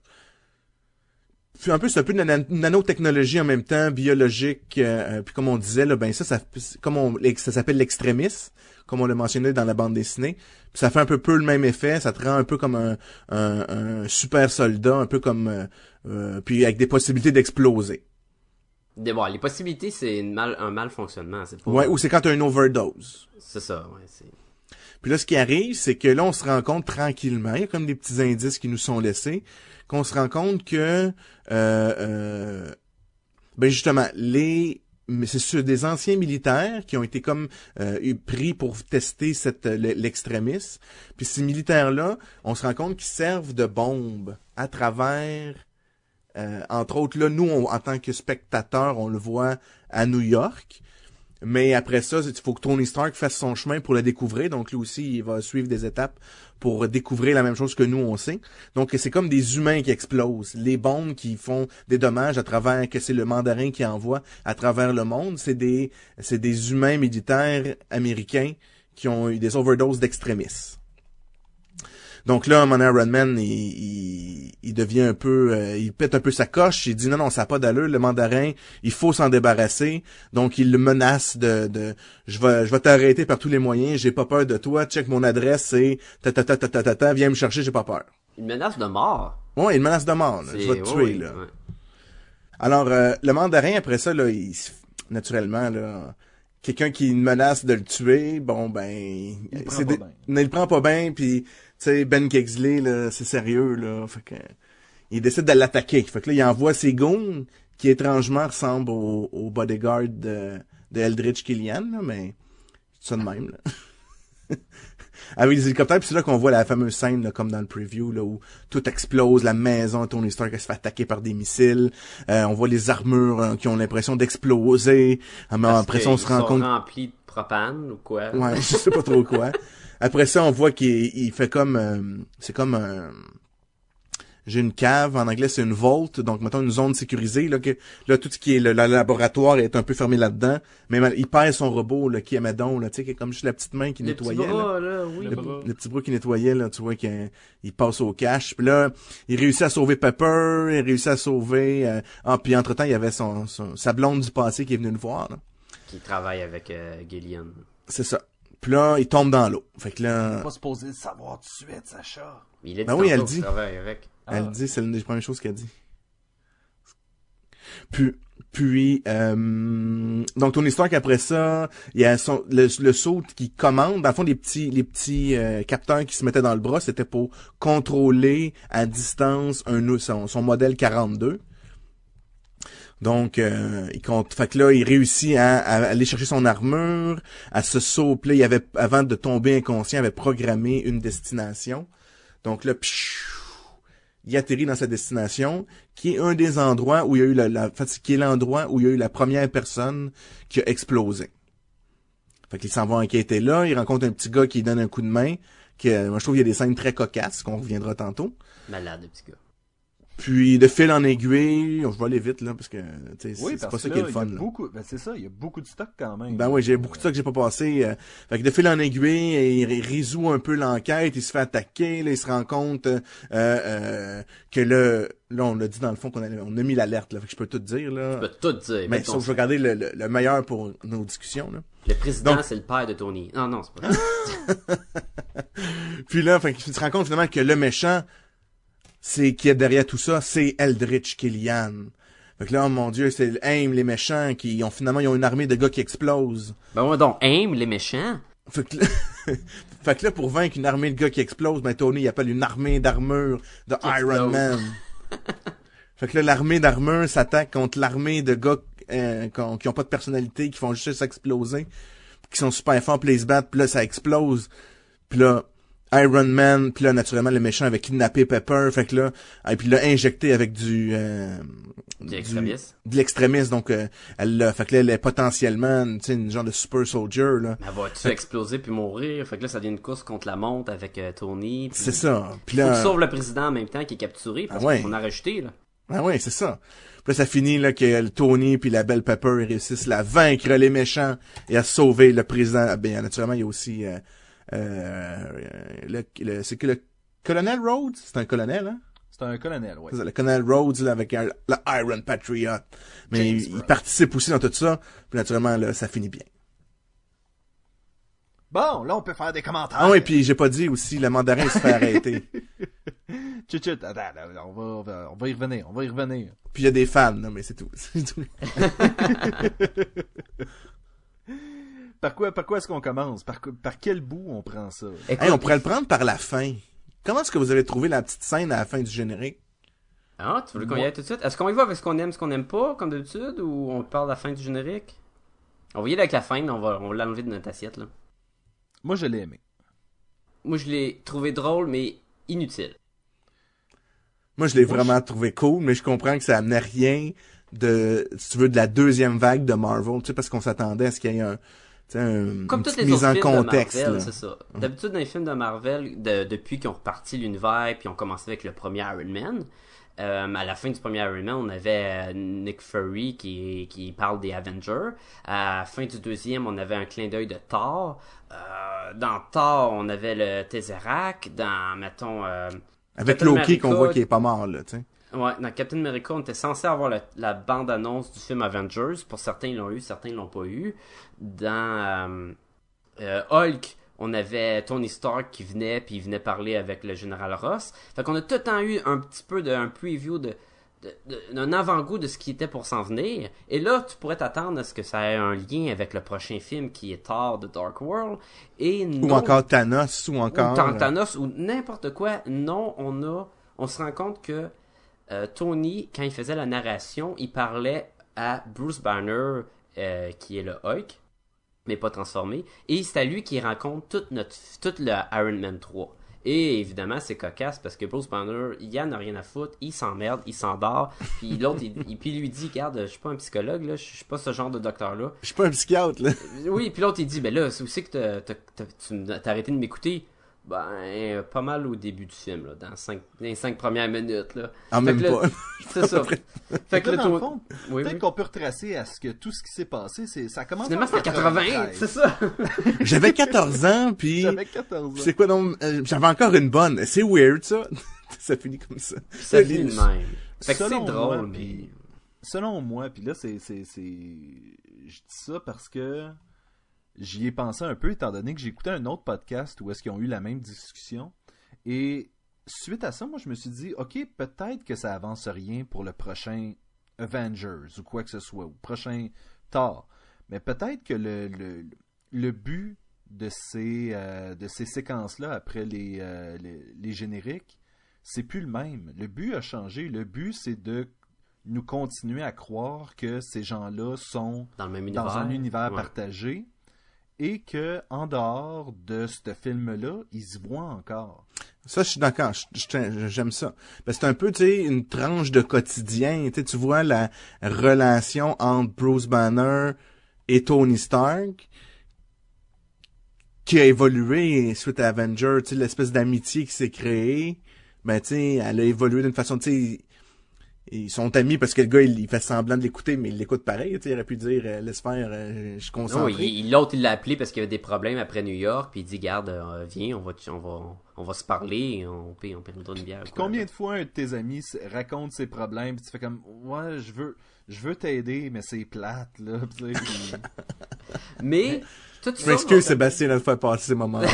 Puis un peu, c'est un peu de nan- nanotechnologie en même temps, biologique, euh, puis comme on disait, là, ben ça, ça, comme on, ça s'appelle l'extrémisme, comme on l'a mentionné dans la bande dessinée. Puis ça fait un peu peu le même effet, ça te rend un peu comme un, un, un super soldat, un peu comme, euh, euh, puis avec des possibilités d'exploser. Des- bon, les possibilités, c'est une mal, un mal fonctionnement. C'est pas... Ouais, ou c'est quand t'as une overdose. C'est ça, ouais. C'est... Puis là, ce qui arrive, c'est que là, on se rend compte tranquillement, il y a comme des petits indices qui nous sont laissés, qu'on se rend compte que, euh, euh, ben justement, les, mais c'est sur des anciens militaires qui ont été comme euh, pris pour tester cette l'extrémisme. Puis ces militaires-là, on se rend compte qu'ils servent de bombes à travers, euh, entre autres, là, nous, on, en tant que spectateurs, on le voit à New York. Mais après ça, il faut que Tony Stark fasse son chemin pour le découvrir. Donc lui aussi, il va suivre des étapes pour découvrir la même chose que nous, on sait. Donc c'est comme des humains qui explosent. Les bombes qui font des dommages à travers, que c'est le mandarin qui envoie à travers le monde, c'est des c'est des humains militaires américains qui ont eu des overdoses d'extrémistes. Donc là, mon Iron Man, il, il, il devient un peu, euh, il pète un peu sa coche. Il dit non, non, ça n'a pas d'allure. Le mandarin, il faut s'en débarrasser. Donc il le menace de, de, je vais, je vais t'arrêter par tous les moyens. J'ai pas peur de toi. Check mon adresse, c'est ta ta ta ta ta ta ta. Viens me chercher, j'ai pas peur. Une menace de mort. Ouais, une menace de mort. Là. C'est... Je vais te ouais, tuer oui, là. ouais. Alors euh, le mandarin après ça là, il, naturellement là. Quelqu'un qui menace de le tuer, bon ben, Il le prend c'est pas des- bien. il le prend pas bien, puis tu sais Ben Kingsley là, c'est sérieux là, fait que il décide de l'attaquer. Fait que là il envoie ses goons qui étrangement ressemblent au, au bodyguard de, de Eldritch Killian là, mais c'est ça de même là. Avec les hélicoptères, puis c'est là qu'on voit la fameuse scène là, comme dans le preview là où tout explose, la maison de Tony Stark elle se fait attaquer par des missiles, euh, on voit les armures hein, qui ont l'impression d'exploser, ah, mais Parce après ça on se qu'ils rend sont compte remplis de propane ou quoi. ouais, je sais pas trop quoi. Après ça, on voit qu'il il fait comme euh, c'est comme un j'ai une cave, en anglais c'est une vault, donc mettons une zone sécurisée là que là tout ce qui est le, le laboratoire est un peu fermé là-dedans, mais mal- il perd son robot là qui est Madon là, tu sais qui est comme juste la petite main qui Les petits nettoyait là. bras, là, oui. Le, bras. le petit bras qui nettoyait, là, tu vois qu'il il passe au cash. Puis là, il réussit à sauver Pepper, il réussit à sauver... Euh, ah, puis entre-temps, il y avait son, son sa blonde du passé qui est venue le voir. Là. Qui travaille avec euh, Gillian. C'est ça. Puis là, il tombe dans l'eau. Fait que là, Pas supposé le savoir tout de suite, Sacha. Il est Ben oui, elle dit. travaille avec. elle Ah. dit, c'est l'une des premières choses qu'elle dit. Puis, puis euh, donc Tony Stark, après ça, il y a son, le, le saut qui commande. Dans le fond, les petits, les petits euh, capteurs qui se mettaient dans le bras, c'était pour contrôler à distance un son, son modèle quarante-deux. Donc, euh, il compte. Fait que là, il réussit à, à aller chercher son armure, à se sauver. Il avait, avant de tomber inconscient, il avait programmé une destination. Donc là, pshhh, il atterrit dans sa destination, qui est un des endroits où il y a eu la, la en fait, qui est l'endroit où il y a eu la première personne qui a explosé. Fait qu'il s'en va enquêter là, il rencontre un petit gars qui lui donne un coup de main, qui, euh, moi je trouve qu'il y a des scènes très cocasses, qu'on reviendra tantôt. Malade, le petit gars. Puis de fil en aiguille, on va aller vite là parce que tu sais, Oui, c'est c'est parce pas ça que qui est là, le fun. il y a Là. beaucoup, ben c'est ça, il y a beaucoup de stock quand même. Ben oui, j'ai beaucoup de ça que j'ai pas passé. euh, fait que de fil en aiguille, il ré- résout un peu l'enquête, il se fait attaquer, là, il se rend compte euh, euh, que le là on l'a dit dans le fond qu'on a, on a mis l'alerte là, fait que je peux tout dire là. Je peux tout dire. Mais Mets ton sauf que je vais garder le, le, le meilleur pour nos discussions là. Le président, Donc- c'est le père de Tony. Non, non, c'est pas ça. Puis là, fait que tu te rends compte finalement que le méchant, c'est qui est derrière tout ça, c'est Eldritch Killian. Fait que là, oh mon Dieu, c'est AIM, les méchants, qui ont finalement ils ont une armée de gars qui explosent. Ben ouais, donc, aim les méchants. Fait que là, fait que là pour vaincre une armée de gars qui explosent, ben Tony il appelle une armée d'armure de Qui Iron explose. Man. Fait que là, l'armée d'armure s'attaque contre l'armée de gars euh, qui ont qui ont pas de personnalité, qui font juste exploser. qui sont super forts, puis là, ils se battent, puis là, ça explose. Puis là, Iron Man, puis là, naturellement, le méchant avait kidnappé Pepper, fait que là, et puis l'a injecté avec du... Euh, De l'extrémisme. De l'extrémisme, donc euh, elle l'a, fait que là, elle est potentiellement, tu sais, une genre de super soldier, là. Elle va-tu exploser puis mourir? Fait que là, ça devient une course contre la montre avec euh, Tony. Puis... C'est ça. Puis Faut là... qu'il sauve le président en même temps qui est capturé, parce Ah ouais. qu'on a rajouté, là. Ah ouais, c'est ça. Puis là, ça finit là que le Tony puis la belle Pepper ils réussissent à vaincre les méchants et à sauver le président. Ah, ben naturellement, il y a aussi euh, euh, le, le c'est que le colonel Rhodes, c'est un colonel, hein? C'est un colonel, ouais. C'est ça, le colonel Rhodes là, avec un, le Iron Patriot. Mais James il, il Rhodes. participe aussi dans tout ça. Puis naturellement, là, ça finit bien. Bon, là, on peut faire des commentaires. Ah oui, puis j'ai pas dit aussi, le mandarin se fait arrêter. Chut, chut, attends, attends, on va, on va, on va y revenir, on va y revenir. Puis il y a des fans, là, mais c'est tout. C'est tout. Par quoi, par quoi est-ce qu'on commence? Par, quoi- par quel bout on prend ça? Écoute, Hey, on pourrait le prendre par la fin. Comment est-ce que vous avez trouvé la petite scène à la fin du générique? Ah, tu veux qu'on y aille tout de suite? Est-ce qu'on y va avec ce qu'on aime, ce qu'on aime pas, comme d'habitude, ou on parle de la fin du générique? On va y aller avec la fin, mais on va, on va l'enlever de notre assiette, là. Moi, je l'ai aimé. Moi, je l'ai trouvé drôle, mais inutile. Moi, je l'ai Moi, vraiment trouvé cool, mais je comprends que ça amenait rien de, si tu veux, de la deuxième vague de Marvel, tu sais, parce qu'on s'attendait à ce qu'il y ait un, tu sais, un, Comme une toutes petite les mise autres en films contexte, de Marvel, là. c'est ça. D'habitude, dans les films de Marvel, de- depuis qu'ils ont reparti l'univers, puis ont commencé avec le premier Iron Man, euh, à la fin du premier Iron Man, on avait euh, Nick Fury qui, qui parle des Avengers. À la fin du deuxième, on avait un clin d'œil de Thor. Euh, dans Thor, on avait le Tesseract. Dans, mettons... euh, Avec Captain Loki qu'on America, voit qu'il est pas mort, là, tu sais. Ouais, dans Captain America, on était censé avoir le- la bande-annonce du film Avengers. Pour certains, ils l'ont eu, certains, ils l'ont pas eu. Dans euh, euh, Hulk, on avait Tony Stark qui venait, puis il venait parler avec le général Ross. Fait qu'on a tout le temps eu un petit peu de, un preview de, de, de- d'un avant-goût de ce qui était pour s'en venir. Et là, tu pourrais t'attendre à ce que ça ait un lien avec le prochain film qui est Thor The Dark World. Et Ou non, encore Thanos, ou ou encore... Tan- euh, Thanos, ou n'importe quoi. Non, on a, on se rend compte que euh, Tony, quand il faisait la narration, il parlait à Bruce Banner, euh, qui est le Hulk, mais pas transformé, et c'est à lui qui rencontre toute notre, tout le Iron Man trois. Et évidemment, c'est cocasse parce que Bruce Banner, il en a rien à foutre, il s'emmerde, il s'endort, puis l'autre, il, il, puis il lui dit, regarde, je suis pas un psychologue, là, je suis pas ce genre de docteur-là. Je suis pas un psychiatre, là. Oui, puis l'autre, il dit, ben là, c'est aussi que t'as, t'as, t'as, tu m'as- t'as arrêté de m'écouter. Ben, euh, pas mal au début du film, là, dans, cinq, dans les cinq premières minutes, là. En Fait même que là- pas. C'est ça. Fait que Là, là, dans le ton- fond, oui, peut-être oui. qu'on peut retracer à ce que tout ce qui s'est passé, c'est, ça commence Finalement, en c'était quatre-vingt-un, c'est ça. J'avais quatorze ans, puis... J'avais quatorze ans. C'est quoi donc? euh, j'avais encore une bonne. C'est weird, ça. Ça finit comme ça. Ça finit de même. Fait que c'est Selon drôle, moi, mais... puis- Selon moi, puis là, c'est, c'est, c'est... Je dis ça parce que j'y ai pensé un peu, étant donné que j'ai écouté un autre podcast où est-ce qu'ils ont eu la même discussion. Et suite à ça, moi, je me suis dit, OK, peut-être que ça avance rien pour le prochain Avengers ou quoi que ce soit, ou prochain Thor. Mais peut-être que le, le, le but de ces, euh, de ces séquences-là, après les, euh, les, les génériques, c'est plus le même. Le but a changé. Le but, c'est de nous continuer à croire que ces gens-là sont Dans le même univers. dans un univers Ouais. partagé et que en dehors de ce film-là, ils se voient encore. Ça, je suis d'accord. Je- je- J'aime ça. Parce que c'est un peu, tu sais, une tranche de quotidien. Tu sais, tu vois la relation entre Bruce Banner et Tony Stark qui a évolué suite à Avengers. Tu sais, l'espèce d'amitié qui s'est créée. Ben, tu sais, elle a évolué d'une façon, tu sais... Ils sont amis parce que le gars, il, il fait semblant de l'écouter, mais il l'écoute pareil. Tu sais, il aurait pu dire, euh, laisse faire, euh, je suis Non, concentré. il- il- l'autre, il l'a appelé parce qu'il y avait des problèmes après New York, puis il dit, garde, euh, viens, on va, on va, on va se parler, on paye, on paye une bière. Puis quoi. combien de fois un de tes amis s- raconte ses problèmes, puis tu fais comme ouais, je veux je veux t'aider, mais c'est plate là, tu sais, puis- Mais, tout Je ça... m'excuse, Sébastien, de faire passer ces moments-là.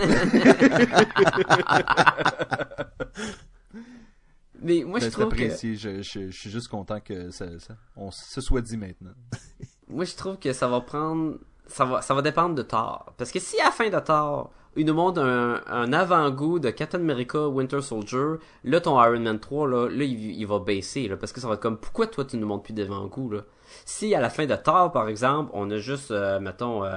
Mais moi, je Ben, c'est trouve que... apprécié. Je, je, je suis juste content que ça, ça- on se soit dit maintenant. Moi, je trouve que ça va prendre... Ça va, ça va dépendre de Thor. Parce que si à la fin de Thor, il nous montre un, un avant-goût de Captain America Winter Soldier, là, ton Iron Man trois, là, là il, il va baisser. Là, parce que ça va être comme, pourquoi toi, tu nous montres plus d'avant-goût? Là? Si à la fin de Thor, par exemple, on a juste, euh, mettons, euh,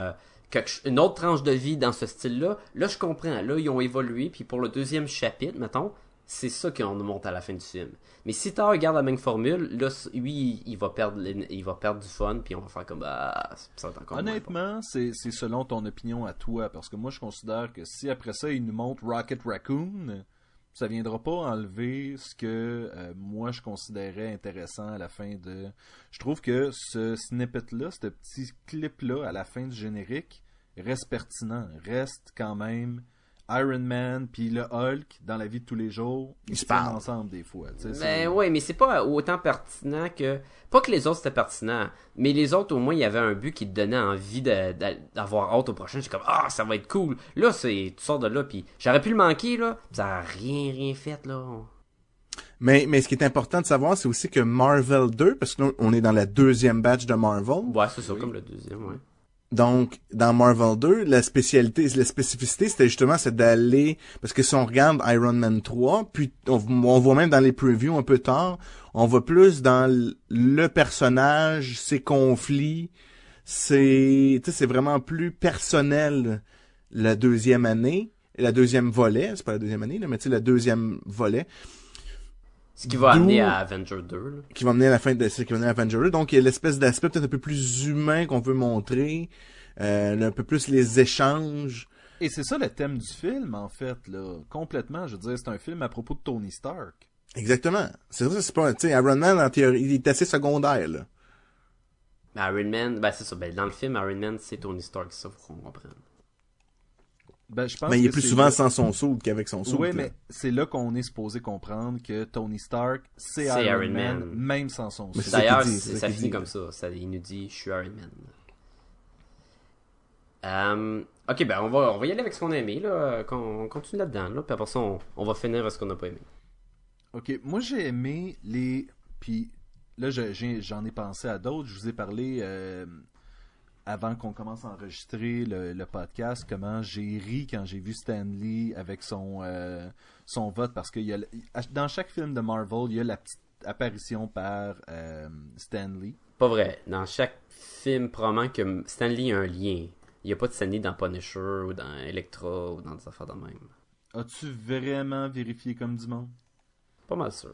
quelque- une autre tranche de vie dans ce style-là, là, je comprends. Là, ils ont évolué, puis pour le deuxième chapitre, mettons, c'est ça qu'on nous montre à la fin du film. Mais si Thor regarde la même formule, là, c- lui, il va perdre, l'é- il va perdre du fun, puis on va faire comme, ah, ça va être encore moins bon. Honnêtement, c'est c'est selon ton opinion à toi, parce que moi, je considère que si après ça, il nous montre Rocket Raccoon, ça viendra pas enlever ce que euh, moi, je considérais intéressant à la fin de... Je trouve que ce snippet-là, ce petit clip-là, à la fin du générique, reste pertinent, reste quand même... Iron Man puis le Hulk, dans la vie de tous les jours, ils, Ils se se tiennent parlent. ensemble des fois. tu sais, c'est- Ben ouais, mais c'est pas autant pertinent que... Pas que les autres c'était pertinent, mais les autres au moins il y avait un but qui te donnait envie de- de- d'avoir hâte au prochain. J'étais comme, ah, ça va être cool. Là, c'est... Tu sors de là, puis j'aurais pu le manquer, là. Ça a rien, rien fait, là. Mais, mais ce qui est important de savoir, c'est aussi que Marvel deux, parce que là, on est dans la deuxième batch de Marvel. Ouais, c'est ça, comme le deuxième, ouais. Donc, dans Marvel deux, la spécialité, la spécificité, c'était justement, c'est d'aller, parce que si on regarde Iron Man trois, puis on, on voit même dans les previews un peu tard, on voit plus dans l- le personnage, ses conflits, c'est, tu sais, c'est vraiment plus personnel la deuxième année, la deuxième volet, c'est pas la deuxième année, là, mais tu sais, la deuxième volet, Ce qui va D'où- amener à Avenger deux, là. qui va mener à la fin de ce qui va mener à Avenger deux. Donc, il y a l'espèce d'aspect peut-être un peu plus humain qu'on veut montrer, euh, un peu plus les échanges. Et c'est ça le thème du film, en fait, là. Complètement, je veux dire, c'est un film à propos de Tony Stark. Exactement. C'est vrai, c'est pas, tu sais, Iron Man, en théorie, il est assez secondaire, là. Iron Man, ben c'est ça. Ben, dans le film, Iron Man, c'est Tony Stark, ça, faut qu'on comprenne. Ben, je pense Mais il est que plus c'est souvent là- sans son saut qu'avec son saut. Oui, là. mais c'est là qu'on est supposé comprendre que Tony Stark, c'est C'est Iron, Iron Man, Man. même sans son Mais suit. c'est ça D'ailleurs, qu'il dit, c'est- c'est ça ça qu'il finit dit. comme ça. ça. Il nous dit, je suis Iron Man. Euh, ok, ben on va, on va y aller avec ce qu'on a aimé, là. Qu'on- On continue là-dedans, là. Puis après ça, on, on va finir avec ce qu'on n'a pas aimé. Ok, moi j'ai aimé les... Puis là, je- j'ai- j'en ai pensé à d'autres. Je vous ai parlé, euh, avant qu'on commence à enregistrer le, le podcast, comment j'ai ri quand j'ai vu Stan Lee avec son, euh, son vote. Parce que il y a, le- dans chaque film de Marvel, il y a la petite apparition par euh, Stan Lee. Pas vrai. Dans chaque film, probablement que Stanley a un lien. Il n'y a pas de Stanley dans Punisher ou dans Electra ou dans des affaires de même. As-tu vraiment vérifié comme du monde? Pas mal sûr.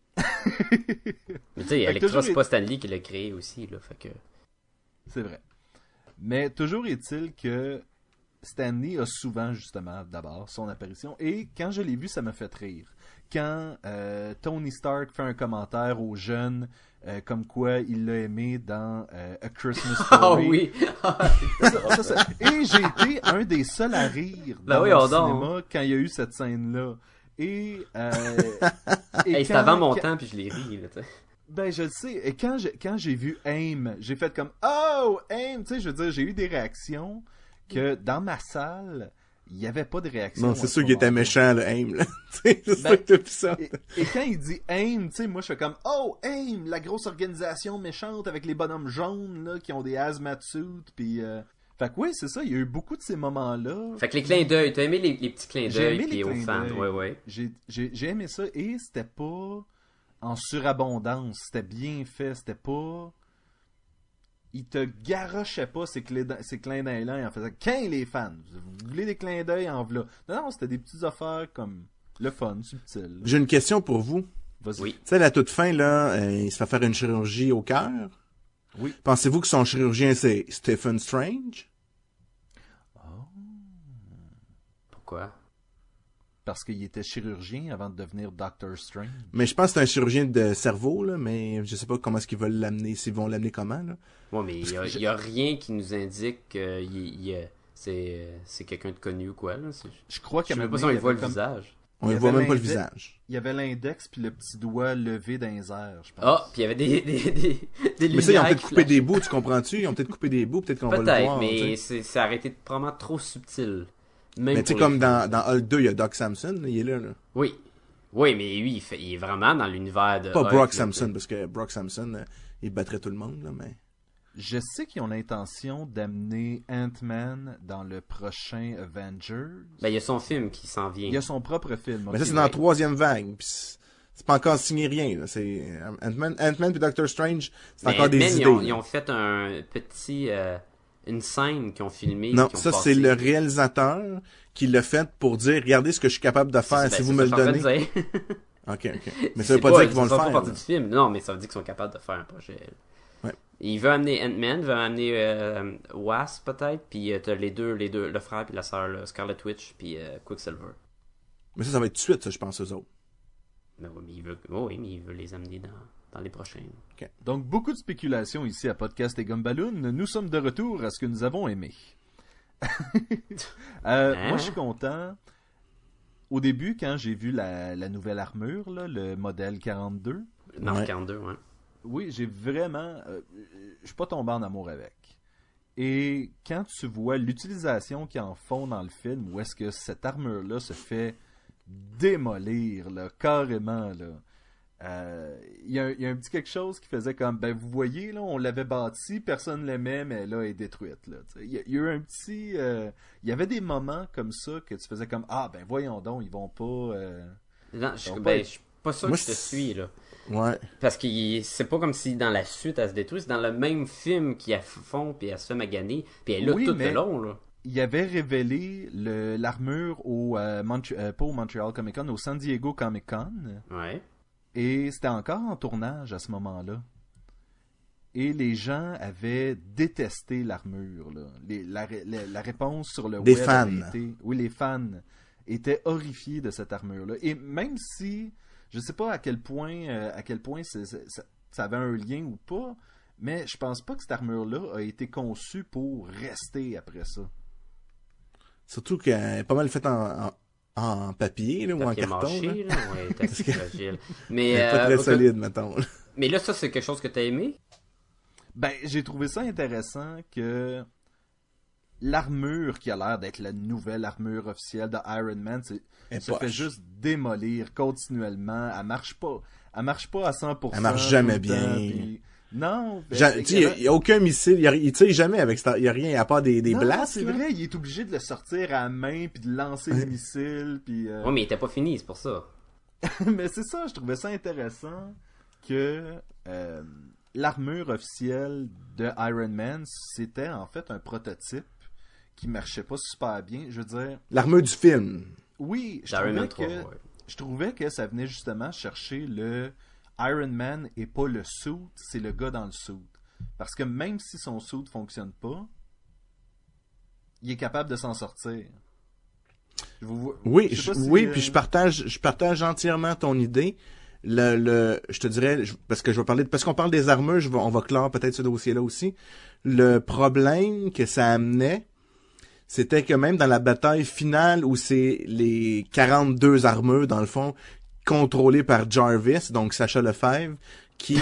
Mais tu sais, Fait que Electra, toujours c'est est- pas Stanley qui l'a créé aussi, là. Fait que... C'est vrai. Mais toujours est-il que Stanley a souvent, justement, d'abord, son apparition. Et quand je l'ai vu, ça m'a fait rire. Quand euh, Tony Stark fait un commentaire aux jeunes, euh, comme quoi il l'a aimé dans euh, A Christmas Ah Story. oui! Ça, ça, ça- Et j'ai été un des seuls à rire Ben dans oui, le on dort. cinéma quand il y a eu cette scène-là. Et, euh, et Hey, c'est quand- avant mon quand- temps, puis je l'ai ri, là, tu sais. Ben, je le sais. Et quand j'ai, quand j'ai vu AIM, j'ai fait comme « Oh, AIM! » Tu sais, je veux dire, j'ai eu des réactions que dans ma salle, il n'y avait pas de réaction. Non, à c'est ce sûr qu'il était moment-là. méchant, le Aim, là. Tu sais, c'est Ben, sûr que t'as vu ça. Et, et quand il dit AIM, tu sais, moi, je fais comme « Oh, AIM! La grosse organisation méchante avec les bonhommes jaunes, là, qui ont des hazmat suits, puis... Euh... » Fait que oui, c'est ça, il y a eu beaucoup de ces moments-là. Fait que les clins d'œil, t'as aimé les, les petits clins J'ai d'œil, aimé puis les aux clins fans, d'œil. ouais, ouais. J'ai, j'ai, j'ai aimé ça et c'était pas en surabondance. C'était bien fait. C'était pas. Il te garochait pas ces, clés d'œil- ces clins d'œil-là et en faisant qu'un les fans. Vous voulez des clins d'œil en v'là. Non, non, c'était des petites affaires comme le fun, subtil. J'ai une question pour vous. Vas-y. Oui. Tu sais, à la toute fin, là, euh, il se fait faire une chirurgie au cœur. Oui. Pensez-vous que son chirurgien, c'est Stephen Strange? Pourquoi? Parce qu'il était chirurgien avant de devenir Doctor Strange. Mais je pense que c'est un chirurgien de cerveau, là, mais je sais pas comment est-ce qu'ils veulent l'amener, s'ils vont l'amener comment, là. Ouais, mais il y, a- y a rien qui nous indique que il- il- c'est, c'est quelqu'un de connu ou quoi, là. C'est- Je crois Je qu'à sais un même pas si moment on donné, y voit il y le avait comme- visage. On Il y ne voit avait même pas le l'index- visage. Il y avait l'index puis le petit doigt levé dans les airs, je pense. Ah, puis il y avait des, des, des, des Mais ça, ils ont lumières peut-être qui coupé des flashaient. bouts, tu comprends-tu? Ils ont peut-être coupé des bouts, peut-être qu'on va le Peut-être, voir. tu mais sais. c'est, c'est arrêté de vraiment trop subtil. Même Mais tu sais, pour comme les dans, fans. dans Hulk deux, il y a Doc Samson, là, il est là, là. Oui. Oui, mais lui, il, fait, il est vraiment dans l'univers de... Pas Hulk, Brock là, Samson, parce que Brock Samson, euh, il battrait tout le monde, là, mais... Je sais qu'ils ont l'intention d'amener Ant-Man dans le prochain Avengers. Ben, il y a son film qui s'en vient. Il y a son propre film. Mais ok. ça, c'est dans la ouais. troisième vague, pis c'est c'est pas encore signé rien, là. C'est Ant-Man, Ant-Man puis Doctor Strange, c'est Mais encore des Ant-Man, idées. ils ont, là. ils ont fait un petit... euh, une scène qu'ils ont filmée. Non, qu'ils ont ça, passé. c'est le réalisateur qui l'a fait pour dire, regardez ce que je suis capable de faire C'est- si ben, vous c'est me le ça que je suis en donnez. train de dire. OK, OK. Mais ça C'est veut pas, dire qu'ils vont le ça fait faire. pas partie là. du film. Non, mais ça veut dire qu'ils sont capables de faire un projet. Ouais. Il veut amener Ant-Man, il veut amener euh, Wasp peut-être, puis euh, t'as les deux, les deux, le frère puis la sœur, là, Scarlet Witch puis euh, Quicksilver. Mais ça, ça va être tout de suite, ça, je pense, eux autres. Mais oui, mais il veut, oh oui, mais il veut les amener dans, dans les prochains. Donc, beaucoup de spéculations ici à Podcast et Gumballoon. Nous sommes de retour à ce que nous avons aimé. euh, Hein? Moi, je suis content. Au début, quand j'ai vu la, la nouvelle armure, là, le modèle quarante-deux, Mark Ouais. quarante-deux, ouais. oui, j'ai vraiment... euh, je suis pas tombé en amour avec. Et quand tu vois l'utilisation qu'ils en font dans le film, où est-ce que cette armure-là se fait démolir, là, carrément, là. Euh, Il y, a un- il y a un petit quelque chose qui faisait comme, ben vous voyez, là, on l'avait bâti, personne l'aimait, mais là, elle est détruite. Là, tu sais. il, y a, il y a eu un petit... euh, il y avait des moments comme ça que tu faisais comme, ah ben voyons donc, ils vont pas... euh, Non, je, Donc, ben, ouais. je suis pas sûr Moi, que je te c'est- suis, là. Ouais. Parce que il- c'est pas comme si dans la suite elle se détruit, c'est dans le même film qu'ils font, puis elle se fait maganer, puis elle est là Oui, tout mais- le long, là. Il avait révélé le- l'armure au, euh, Montre- euh, pas au Montreal Comic Con, au San Diego Comic Con. Ouais. Et c'était encore en tournage à ce moment-là. Et les gens avaient détesté l'armure. Là. Les- la, ré- la- la réponse sur le Des web fans. avait été... Oui, les fans étaient horrifiés de cette armure-là. Et même si, je sais pas à quel point, euh, à quel point c'est- c'est- ça, ça avait un lien ou pas, mais je pense pas que cette armure-là a été conçue pour rester après ça. Surtout qu'elle est pas mal faite en, en, en papier, là, ou en Papier carton. mâché, là. là, ouais, t'as Parce que- fragile. Mais, Elle est pas euh, très ok. solide, mettons. là. Mais là, ça, c'est quelque chose que t'as aimé? Ben, j'ai trouvé ça intéressant que l'armure qui a l'air d'être la nouvelle armure officielle de Iron Man, c'est, Elle est se fait poche. juste démolir continuellement. Elle marche pas. Elle marche pas à cent pour cent. Elle marche jamais tout le temps, bien. puis- Non. ben, Ja- c'est- tu sais, il n'y a aucun missile, il, y a- il tire jamais avec ça. Il n'y a rien à part des, des Non, blasts. c'est là. vrai, il est obligé de le sortir à la main puis de lancer Ouais. des missiles puis. euh, Ouais, mais il était pas fini, c'est pour ça. Mais c'est ça, je trouvais ça intéressant que euh, l'armure officielle de Iron Man, c'était en fait un prototype qui marchait pas super bien. Je veux dire, L'armure du film. oui, je Iron trouvais, Man trois, que, ouais. je trouvais que ça venait justement chercher le Iron Man et pas le suit, c'est le gars dans le suit. Parce que même si son suit fonctionne pas, il est capable de s'en sortir. Je vous vois- Oui, je sais je- pas si, oui, euh, puis je partage, je partage entièrement ton idée. Le, le, je te dirais, je- parce que je vais parler, de- parce qu'on parle des armures, je vais, on va clore peut-être ce dossier-là aussi. Le problème que ça amenait, c'était que même dans la bataille finale où c'est les quarante-deux armures, dans le fond, contrôlées par Jarvis, donc Sacha Lefebvre, qui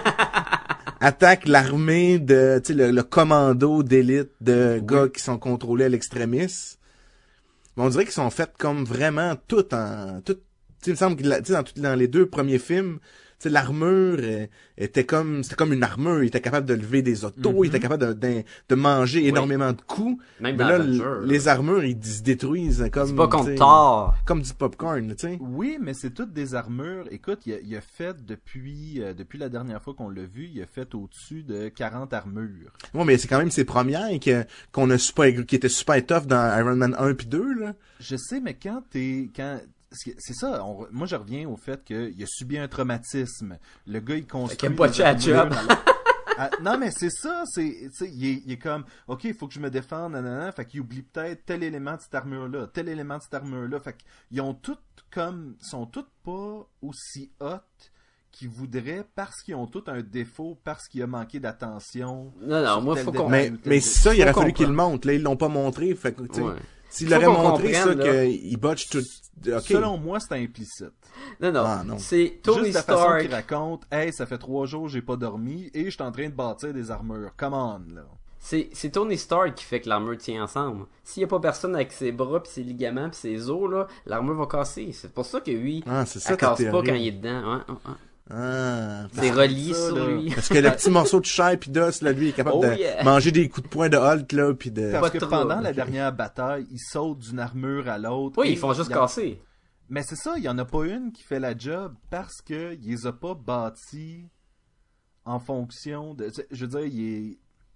attaque l'armée de, tu sais, le, le commando d'élite de gars qui sont contrôlés à l'extrémisme. Mais on dirait qu'ils sont faits comme vraiment tout en, tout, tu sais, il me semble que la- tu sais, dans, tout- dans les deux premiers films, tu sais, l'armure euh, était comme, c'était comme une armure. Il était capable de lever des autos, Mhm. il était capable de, de, de manger Oui. énormément de coups. Même Mais dans là, Avenger, l- là. les armures, ils se détruisent comme, C'est pas tu contre sais, Thor. comme du popcorn, tu sais. Oui, mais c'est toutes des armures. Écoute, il a, il a fait depuis, euh, depuis la dernière fois qu'on l'a vu, il a fait au-dessus de quarante armures. Ouais, mais c'est quand même ses premières que, qu'on a super, qui étaient super tough dans Iron Man un puis deux, là. Je sais, mais quand t'es... Quand... C'est c'est ça, on- moi je reviens au fait qu'il a subi un traumatisme. Le gars, il construit... Fait qu'il a botché des la armures job. dans la- Ah, non, mais c'est ça, c'est, tu sais, il est, il est comme, ok, il faut que je me défende, nanana, fait qu'il oublie peut-être tel élément de cette armure-là, tel élément de cette armure-là, fait qu'ils ont toutes comme, sont toutes pas aussi hot qu'ils voudraient parce qu'ils ont tous un défaut, parce qu'il a manqué d'attention. Non, non, sur moi, tel faut détail qu'on... Mais, ou tel mais détail. ça, il Faut aurait fallu comprendre. qu'ils le montrent. Là, ils l'ont pas montré. Fait que, tu sais, Ouais. s'ils Faut l'auraient qu'on montré ça, comprenne, là. qu'ils botchent tout, ok. Selon moi, c'est implicite. Non, non, Ah, non. c'est Tony Juste la façon Stark. qu'il raconte, hey, ça fait trois jours, j'ai pas dormi et je suis en train de bâtir des armures. Come on, là. C'est, c'est Tony Stark qui fait que l'armure tient ensemble. S'il y a pas personne avec ses bras pis ses ligaments pis ses os, là, l'armure va casser. C'est pour ça que lui, Ah, c'est ça elle ta casse pas théorie. quand il est dedans. Ouais, ouais, ouais. Ah, C'est relié ça, sur là. lui. parce que le petit morceau de chair pis d'os, là, lui, il est capable Oh, de yeah. manger des coups de poing de Hulk, là, pis de... Parce Pas que trop, pendant la ok. dernière bataille, ils sautent d'une armure à l'autre. Oui, et ils font juste il y en- casser. Mais c'est ça, il y en a pas une qui fait la job parce que il les a pas bâtis en fonction de. Je veux dire, il est.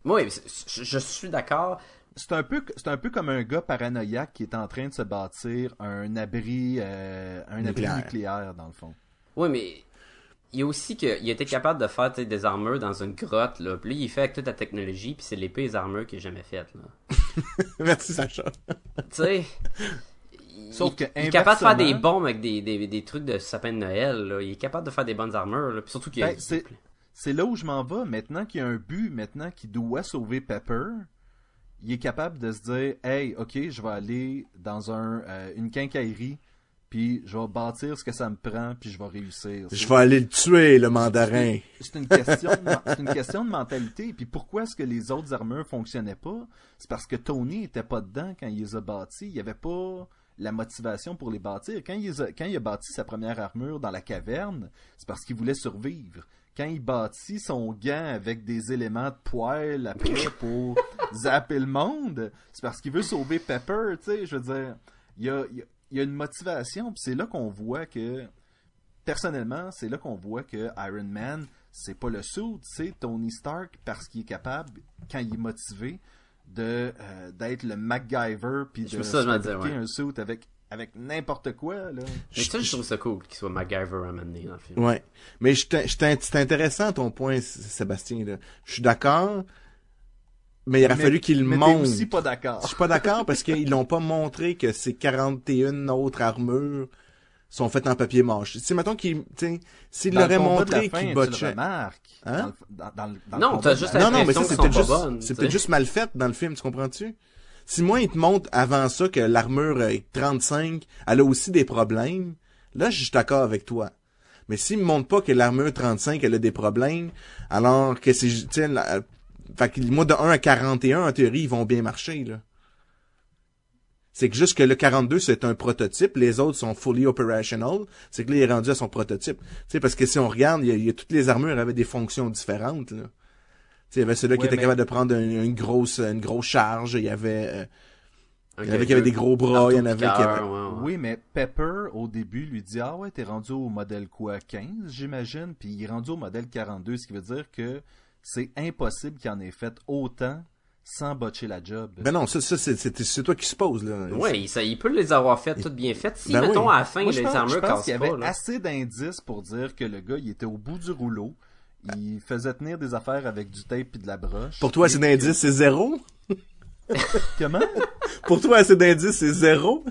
Oui, je, je suis d'accord. C'est un peu, c'est un peu comme un gars paranoïaque qui est en train de se bâtir un abri, euh, un Nucléaire. abri nucléaire dans le fond. Oui, mais il y a aussi qu'il était capable de faire tu sais, des armures dans une grotte, là. Puis là, il fait avec toute la technologie, puis c'est les pires armures qu'il a jamais faites, là. Merci, Sacha. Tu sais... Sauf il, que, il est capable de faire des inversement- bombes avec des, des, des trucs de sapin de Noël, là. Il est capable de faire des bonnes armures, là. Puis surtout qu'il a... Ben, c'est, c'est là où je m'en vais. Maintenant qu'il y a un but, maintenant qu'il doit sauver Pepper, il est capable de se dire, hey, ok, je vais aller dans un, euh, une quincaillerie, puis je vais bâtir ce que ça me prend, puis je vais réussir. Je vais aller le tuer, le mandarin. C'est une question de, c'est une question de mentalité. Puis pourquoi est-ce que les autres armures fonctionnaient pas? C'est parce que Tony était pas dedans quand il les a bâtis. Il y avait pas la motivation pour les bâtir. Quand il, les a, quand il a bâti sa première armure dans la caverne, c'est parce qu'il voulait survivre. Quand il bâtit son gant avec des éléments de poêle après pour zapper le monde, c'est parce qu'il veut sauver Pepper, tu sais, je veux dire, il y a, il y a, il y a une motivation, puis c'est là qu'on voit que, personnellement, c'est là qu'on voit que Iron Man, c'est pas le suit, c'est Tony Stark parce qu'il est capable, quand il est motivé, de euh, d'être le MacGyver puis Je de me ça, je me disais, fabriquer ouais. un suit avec avec n'importe quoi là. Mais ça, je trouve ça cool qu'il soit MacGyver à un moment donné dans le film. Ouais. Mais je t'in- je t'in- c'est intéressant ton point, S- Sébastien. Là. Je suis d'accord, mais il aurait Mais- fallu qu'il mais t'es montre. aussi pas Je d'accord. suis pas d'accord parce qu'ils l'ont pas montré que ces quarante et une autres armures sont faites en papier mâché. Tu sais, mettons qu'il, tu sais, s'il Dans le l'aurait combat de la montré fin, qu'il tu le botchait. remarques. Hein? Dans le, dans, dans le- dans le Non, combat t'as de juste la- Non, non, mais ça, l'impression c'est qu'ils peut-être sont juste, pas bonnes, c'est tu peut-être sais. juste mal fait dans le film, tu comprends-tu? Si moi, il te montre avant ça que l'armure est trente-cinq, elle a aussi des problèmes, là, je suis d'accord avec toi. Mais s'il me montre pas que l'armure trente-cinq, elle a des problèmes, alors que c'est, tu sais, la- fait que moi, de un à quarante et un, en théorie, ils vont bien marcher, là. C'est que juste que le quarante-deux, c'est un prototype, les autres sont fully operational, c'est que là, il est rendu à son prototype. Tu sais, parce que si on regarde, il y a, il y a toutes les armures avaient des fonctions différentes, là. Tu sais, il y avait celui-là qui Ouais, était mais- capable de prendre un- une grosse, une grosse charge, il y avait, euh, Un il y en avait qui avaient des gros bras, il y en avait qui Arthur avaient... Piqueur, ouais, ouais. Oui, mais Pepper, au début, lui dit « Ah ouais, t'es rendu au modèle quoi, quinze, j'imagine? » Puis il est rendu au modèle quarante-deux, ce qui veut dire que c'est impossible qu'il en ait fait autant sans botcher la job. Ben non, ça, ça c'est, c'est, c'est toi qui supposes, là. Ouais, il, ça, il peut les avoir faites toutes bien faites. Si, Ben mettons, oui. à la fin, Moi, je les pense, je armures pense cassent qu'il y avait pas, là. assez d'indices pour dire que le gars, il était au bout du rouleau. Il faisait tenir des affaires avec du tape et de la broche. Pour toi, Et assez que- d'indices, c'est zéro? Comment? Pour toi, assez d'indices, c'est zéro?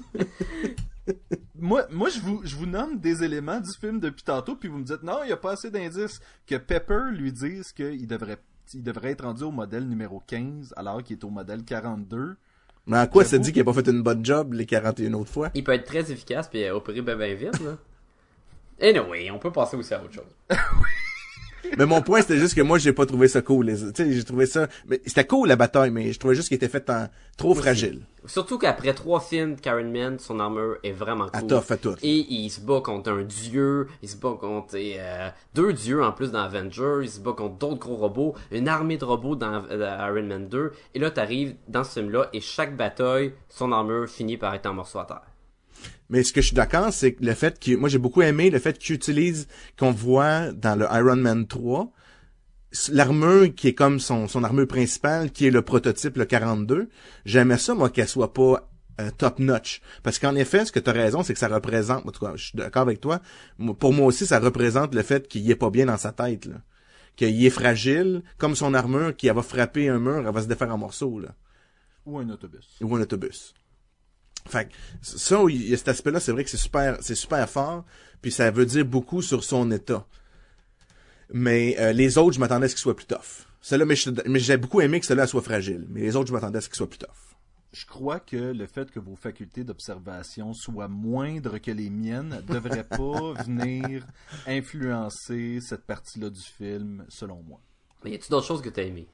Moi, moi je, vous, je vous nomme des éléments du film depuis tantôt, puis vous me dites, non, il n'y a pas assez d'indices. Que Pepper lui dise qu'il devrait, il devrait être rendu au modèle numéro quinze, alors qu'il est au modèle quarante-deux. Mais en quoi ça J'avoue. dit qu'il a pas fait une bonne job les quarante et une autres fois? Il peut être très efficace puis euh, opérer ben ben vite, là. Anyway, on peut passer aussi à autre chose. Mais mon point, c'était juste que moi, j'ai pas trouvé ça cool. les- Tu sais, j'ai trouvé ça... Mais c'était cool, la bataille, mais je trouvais juste qu'il était fait en... trop fragile. Surtout qu'après trois films de Karen Man, son armure est vraiment À cool. tough, à tout. Et il se bat contre un dieu, il se bat contre euh, deux dieux en plus dans Avengers, il se bat contre d'autres gros robots, une armée de robots dans euh, Iron Man deux. Et là, t'arrives dans ce film-là et chaque bataille, son armure finit par être en morceaux à terre. Mais ce que je suis d'accord, c'est que le fait que... Moi, j'ai beaucoup aimé le fait qu'il utilise, qu'on voit dans le Iron Man trois, l'armure qui est comme son, son armure principale, qui est le prototype, le quarante-deux. J'aimais ça, moi, qu'elle soit pas euh, top-notch. Parce qu'en effet, ce que tu as raison, c'est que ça représente... En tout cas, je suis d'accord avec toi. Moi, pour moi aussi, ça représente le fait qu'il est pas bien dans sa tête, là. Qu'il est fragile, comme son armure, qui elle va frapper un mur, elle va se défaire en morceaux, là. Ou un autobus. Ou un autobus. Fait que ça, il y a cet aspect-là, c'est vrai que c'est super, c'est super fort, puis ça veut dire beaucoup sur son état. Mais euh, les autres, je m'attendais à ce qu'ils soient plus tough. Celle-là, mais, je- mais j'ai beaucoup aimé que celle-là soit fragile. Mais les autres, je m'attendais à ce qu'ils soient plus tough. Je crois que le fait que vos facultés d'observation soient moindres que les miennes devrait pas venir influencer cette partie-là du film, selon moi. Mais y a-tu d'autres choses que t'as aimé?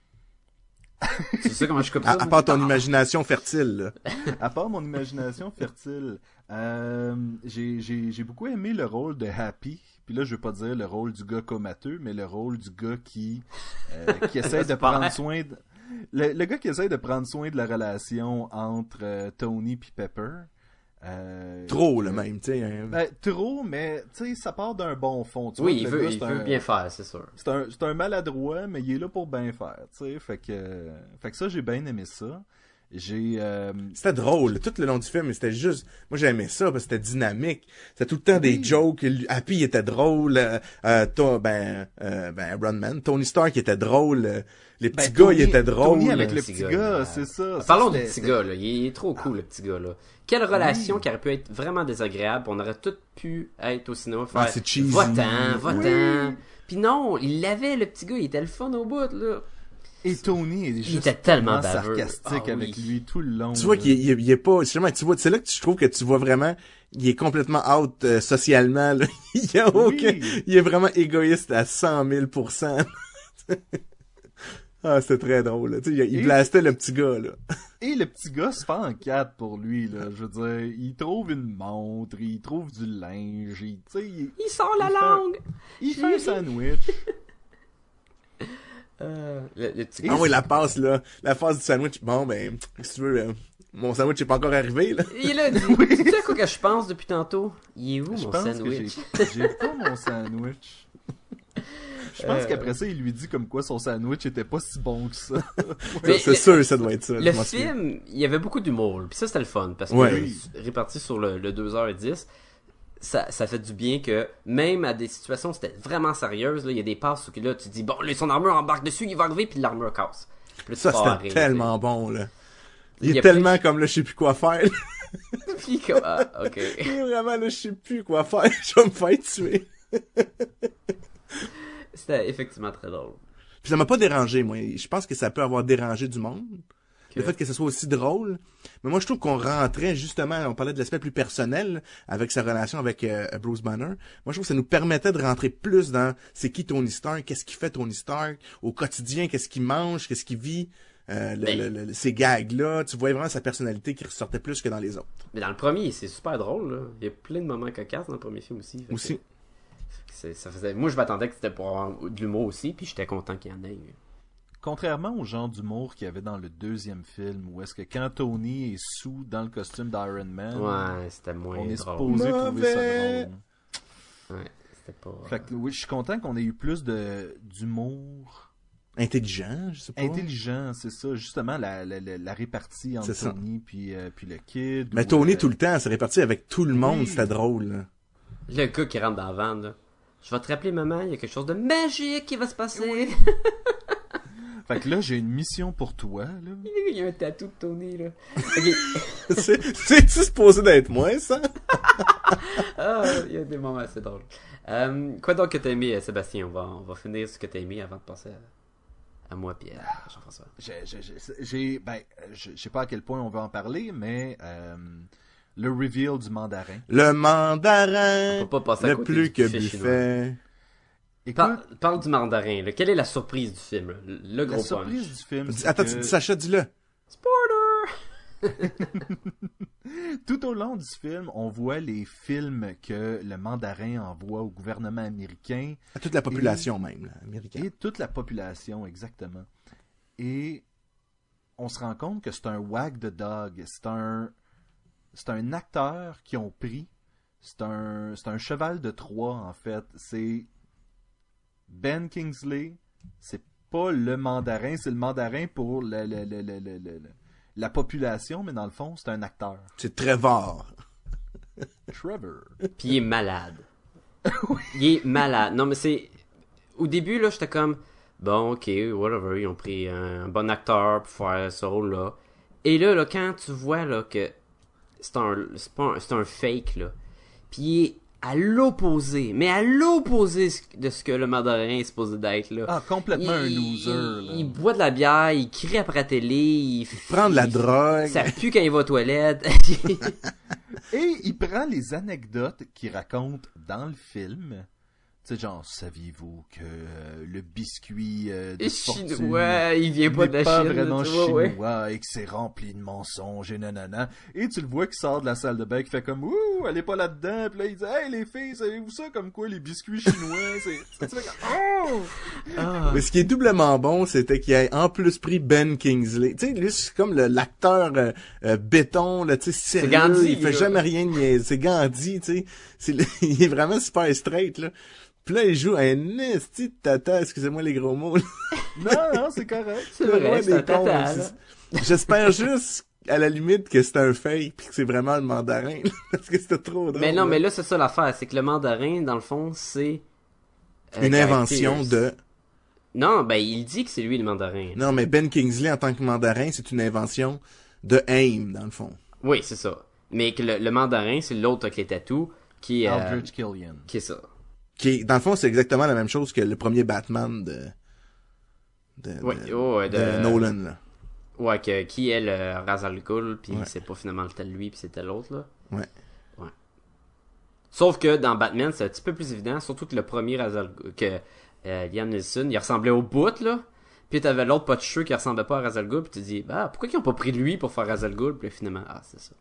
Tu sais comment je coupe ça? À, à part ton imagination fertile, là. À part mon imagination fertile, euh, j'ai, j'ai, j'ai beaucoup aimé le rôle de Happy. Puis là, je veux pas dire le rôle du gars comateux, mais le rôle du gars qui, euh, qui essaie de prendre soin de... Le, le gars qui essaie de prendre soin de la relation entre euh, Tony et Pepper. Euh, Trop, le même, tu sais. hein. Ben, trop, mais tu sais, ça part d'un bon fond. Tu Oui, vois, il le veut, gars, il c'est veut un- bien faire, c'est sûr. C'est un, c'est un maladroit, mais il est là pour bien faire, tu sais. Fait que, fait que ça, j'ai bien aimé ça. J'ai... euh, C'était drôle, tout le long du film, mais c'était juste... Moi, j'aimais ça, parce que c'était dynamique. C'était tout le temps des Oui. jokes. Happy était drôle. Euh, euh, to- ben, euh, ben, Iron Man. Tony Stark était drôle. euh, Les petits ben, gars, Tony- ils étaient drôles. Tony avec le le petit petit gars, gars, là. c'est ça. Ça, Parlons du c'était- petit c'était- gars, là. Il est trop cool, le petit gars, là. Quelle relation Oui. qui aurait pu être vraiment désagréable. On aurait tous pu être au cinéma faire Ah, c'est cheesy. va-t'en, va-t'en. Oui. Puis non, il l'avait, le petit gars. Il était le fun au bout, là. Et Tony est juste était tellement tellement baveux. sarcastique Ah, avec oui. lui tout le long. Tu vois là. qu'il est, il est- il est pas... Justement, tu vois, c'est là que je trouve que tu vois vraiment... Il est complètement out euh, socialement, là. Il y a aucun... Oui. Il est vraiment égoïste à cent mille pour cent. Ah, c'était très drôle, là. Tu sais, il, il Et- blastait le petit gars, là. Et le petit gars se fait en quatre pour lui, là. Je veux dire, il trouve une montre, il trouve du linge, il, tu sais, il, Il sort la Il fait un- langue. il fait un sandwich. Euh, le, le petit Et- gars. Ah oui, la passe, là. La phase du sandwich. Bon, ben, si tu veux, euh, mon sandwich est pas encore arrivé, là. Il a dit, tu sais à quoi que je pense depuis tantôt? Il est où, Je mon pense sandwich? que j'ai- j'ai pas mon sandwich. Je pense Euh. qu'après ça, il lui dit comme quoi son sandwich était pas si bon que ça. Mais C'est le- sûr, ça doit être ça. Le je m'en souviens. film, il y avait beaucoup d'humour. Puis ça, c'était le fun. Parce que Ouais. euh, réparti sur le, le deux heures dix, ça, ça fait du bien que même à des situations où c'était vraiment sérieuse, là, il y a des passes où que là, tu dis, bon, là, son armure embarque dessus, il va arriver, puis l'armure casse. Puis là, tu Ça, pars c'était rire, tellement bon, là. Il, Il y est a plus- tellement comme là, je sais plus quoi faire. Puis comme, ah, ok. Il est vraiment là, je sais plus quoi faire. Je vais me faire tuer. C'était effectivement très drôle. Puis ça m'a pas dérangé, moi. Je pense que ça peut avoir dérangé du monde. Le Que- fait que ce soit aussi drôle. Mais moi, je trouve qu'on rentrait justement, on parlait de l'aspect plus personnel avec sa relation avec euh, Bruce Banner. Moi, je trouve que ça nous permettait de rentrer plus dans c'est qui Tony Stark, qu'est-ce qu'il fait Tony Stark, au quotidien, qu'est-ce qu'il mange, qu'est-ce qu'il vit, euh, le- Ben- le- le- ces gags-là. Tu voyais vraiment sa personnalité qui ressortait plus que dans les autres. Mais dans le premier, c'est super drôle, là. Il y a plein de moments cocasses dans le premier film aussi. Fait que- Aussi. c'est- ça faisait... Moi, je m'attendais que c'était pour avoir de l'humour aussi, puis j'étais content qu'il y en ait. Contrairement au genre d'humour qu'il y avait dans le deuxième film, où est-ce que quand Tony est sous dans le costume d'Iron Man, Ouais, c'était moins on est drôle. supposé trouver ça Mauvais. drôle. Ouais, c'était pas... Fait que oui, je suis content qu'on ait eu plus de d'humour Intelligent, je sais pas. intelligent, c'est ça, justement la, la, la, la répartie entre C'est ça. Tony puis, euh, puis le kid. Mais ou, Tony, euh, tout le temps, s'est réparti avec tout le monde, Oui. c'était drôle. Là. Le gars qui rentre dans la vanne, là. Je vais te rappeler, maman, il y a quelque chose de magique qui va se passer. Fait que là, j'ai une mission pour toi, là. Il y a un tatou de Tony, là. Ok. C'est- C'est-tu supposé d'être moi, ça? Ah, il y a des moments assez drôles. Euh, quoi donc que t'as aimé, euh, Sébastien? On va, on va finir ce que t'as aimé avant de passer à, à moi puis à Jean-François. J'ai, j'ai, j'ai- j'ai- ben, je je sais pas à quel point on va en parler, mais euh, le reveal du mandarin. Le On mandarin, peut pas passer à le côté plus du que buffet Buffet. Écoute, Par- parle du mandarin, là. Quelle est la surprise du film, là? Le la gros surprise punch. du film, Dis- c'est Attends, que tu dis Sacha, dis-le. Spoiler! tout au long du film, on voit les films que le mandarin envoie au gouvernement américain À toute la population même, là, américaine. et toute la population, exactement. Et on se rend compte que c'est un wag de dog. C'est un, c'est un acteur qui ont pris. C'est un, c'est un cheval de Troie, en fait. C'est Ben Kingsley. C'est pas le mandarin, c'est le mandarin pour le, le, le, le, le, le- la population, mais dans le fond, c'est un acteur. C'est Trevor. Trevor. Puis il est malade. Il est malade. Non, mais c'est... Au début, là, j'étais comme... Bon, ok, whatever, ils ont pris un bon acteur pour faire ce rôle-là. Et là, là, quand tu vois, là, que c'est un, c'est pas un, c'est un fake, là. Puis il est à l'opposé, mais à l'opposé de ce que le mandarin est supposé d'être, là. Ah, complètement un Il- loser, il, là. il boit de la bière, il crie après la télé, il... Prend de la il- drogue. Ça pue quand il va aux toilettes. Et il prend les anecdotes qu'il raconte dans le film. Tu sais, genre, saviez-vous que euh, le biscuit euh, de Et fortune chinois, il vient pas n'est de la pas Chine. vraiment tu vois, ouais. chinois et que c'est rempli de mensonges et nanana. Et tu le vois qui sort de la salle de bain qui fait comme « Ouh, elle est pas là-dedans. » Puis là, il dit « Hey, les filles, savez-vous ça comme quoi les biscuits chinois? » C'est... Tu fais comme « Oh! » Ah. Mais ce qui est doublement bon, c'était qu'il ait en plus pris Ben Kingsley. Tu sais, lui, c'est comme le, l'acteur euh, euh, béton, là, tu sais, sérieux, Gandhi, il fait là. jamais rien de niaiseux. C'est Gandhi, tu sais. C'est le- il est vraiment super straight, là. Puis là, il joue un esti de tata, excusez-moi les gros mots, là. Non, non, c'est correct. C'est Le vrai, roi c'est des un tata, cons, là. c'est- J'espère juste, à la limite, que c'est un fake pis que c'est vraiment le mandarin, là, parce que c'était trop drôle. Mais non, là. mais là, c'est ça l'affaire. C'est que le mandarin, dans le fond, c'est... euh, Une Guy invention Pearce. de... Non, ben, il dit que c'est lui le mandarin. Non, mais Ben Kingsley, en tant que mandarin, c'est une invention de AIM, dans le fond. Oui, c'est ça. Mais que le, le mandarin, c'est l'autre avec les tatous, qui est... euh, Aldrich Killian. qui est ça. Qui est, dans le fond, c'est exactement la même chose que le premier Batman de... de, Oui, de, oh, ouais, de de- Nolan, là. Ouais, que, qui est le Ra's al Ghul, puis Ouais. c'est pas finalement tel lui, puis c'était l'autre, là. Ouais. Ouais. Sauf que dans Batman, c'est un petit peu plus évident, surtout que le premier Ra's al Ghul, que euh, Liam Neeson, il ressemblait au bout, là. Puis t'avais l'autre pas de cheveux qui ressemblait pas à Ra's al Ghul, puis tu te dis, bah, pourquoi ils ont pas pris lui pour faire Ra's al Ghul, puis finalement, ah, c'est ça.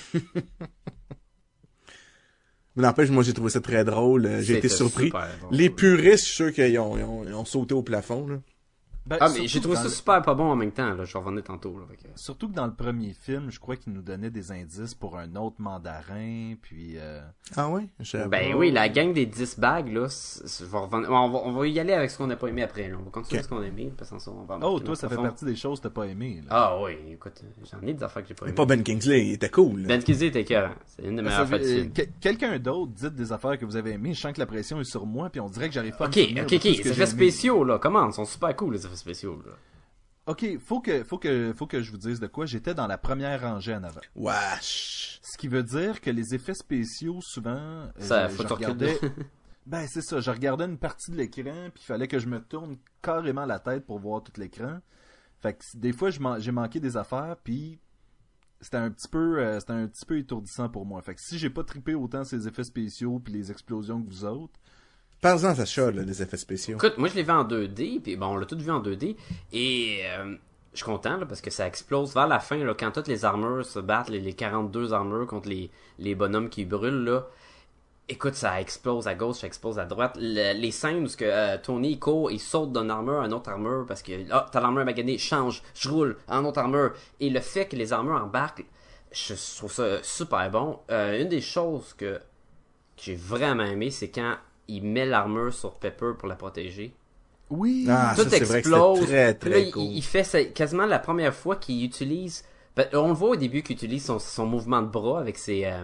Mais n'empêche, moi, j'ai trouvé ça très drôle. euh, J'ai été C'était surpris. super bon. Les puristes, je suis sûr qu'ils ont, ils ont, ils ont sauté au plafond, là. Ben, Ah, mais surtout j'ai trouvé dans ça le- super pas bon en même temps, là. Je revenais tantôt, là. fait que- Surtout que dans le premier film, je crois qu'il nous donnait des indices pour un autre mandarin, puis... Euh... Ah ouais? Je savais Ben pas. oui, la gang des dix bagues, là, c'est- c'est- je vais revenir- on, va, on va y aller avec ce qu'on n'a pas aimé après, là. On va continuer Ok. avec ce qu'on a aimé, parce que ça, on va Oh, embarquer toi, dans ça fait profond. partie des choses que t'as pas aimées, là. Ah oui, écoute, j'en ai des affaires que j'ai pas Mais aimées. pas Ben Kingsley, il était cool. là. Ben Kingsley était écœurant. C'est une des Ça meilleures fait- fois de euh, film. que- Quelqu'un d'autre, dites des affaires que vous avez aimées. Je sens que la pression est sur moi, puis on dirait que j'arrive pas Ok, à me souvenir ok, de ok, tout ce les que j'ai effets aimé. spéciaux, là, comment? Ils sont super cool, les effets spéciaux, là. Ok, faut que, faut que, faut que je vous dise de quoi. J'étais dans la première rangée en avant. Wesh. Ce qui veut dire que les effets spéciaux, souvent, euh, Ça, je, faut je te regardais... reculer. Ben, c'est ça. Je regardais une partie de l'écran, puis il fallait que je me tourne carrément la tête pour voir tout l'écran. Fait que des fois, je man- j'ai manqué des affaires, puis c'était un petit peu, euh, c'était un petit peu étourdissant pour moi. Fait que si j'ai pas trippé autant ces effets spéciaux puis les explosions que vous autres, Parle-en, Sacha, là, les effets spéciaux. Écoute, moi je l'ai vu en deux D, puis bon, on l'a tout vu en deux D, et euh, je suis content là, parce que ça explose vers la fin, là, quand toutes les armures se battent, les, les quarante-deux armures contre les, les bonhommes qui brûlent, là. Écoute, ça explose à gauche, ça explose à droite. Le- les scènes où ce que, euh, Tony il court, il saute d'une armure à une autre armure parce que ah, t'as l'armure maganée, change, je roule en autre armure. Et le fait que les armures embarquent, je trouve ça super bon. Euh, une des choses que, que j'ai vraiment aimé, c'est quand il met l'armure sur Pepper pour la protéger. oui, Ah, Tout ça, c'est vrai que explose. c'était très, Puis là, très il- cool. il, fait ça- quasiment la première fois qu'il utilise. Ben, on le voit au début qu'il utilise son, son mouvement de bras avec ses, euh,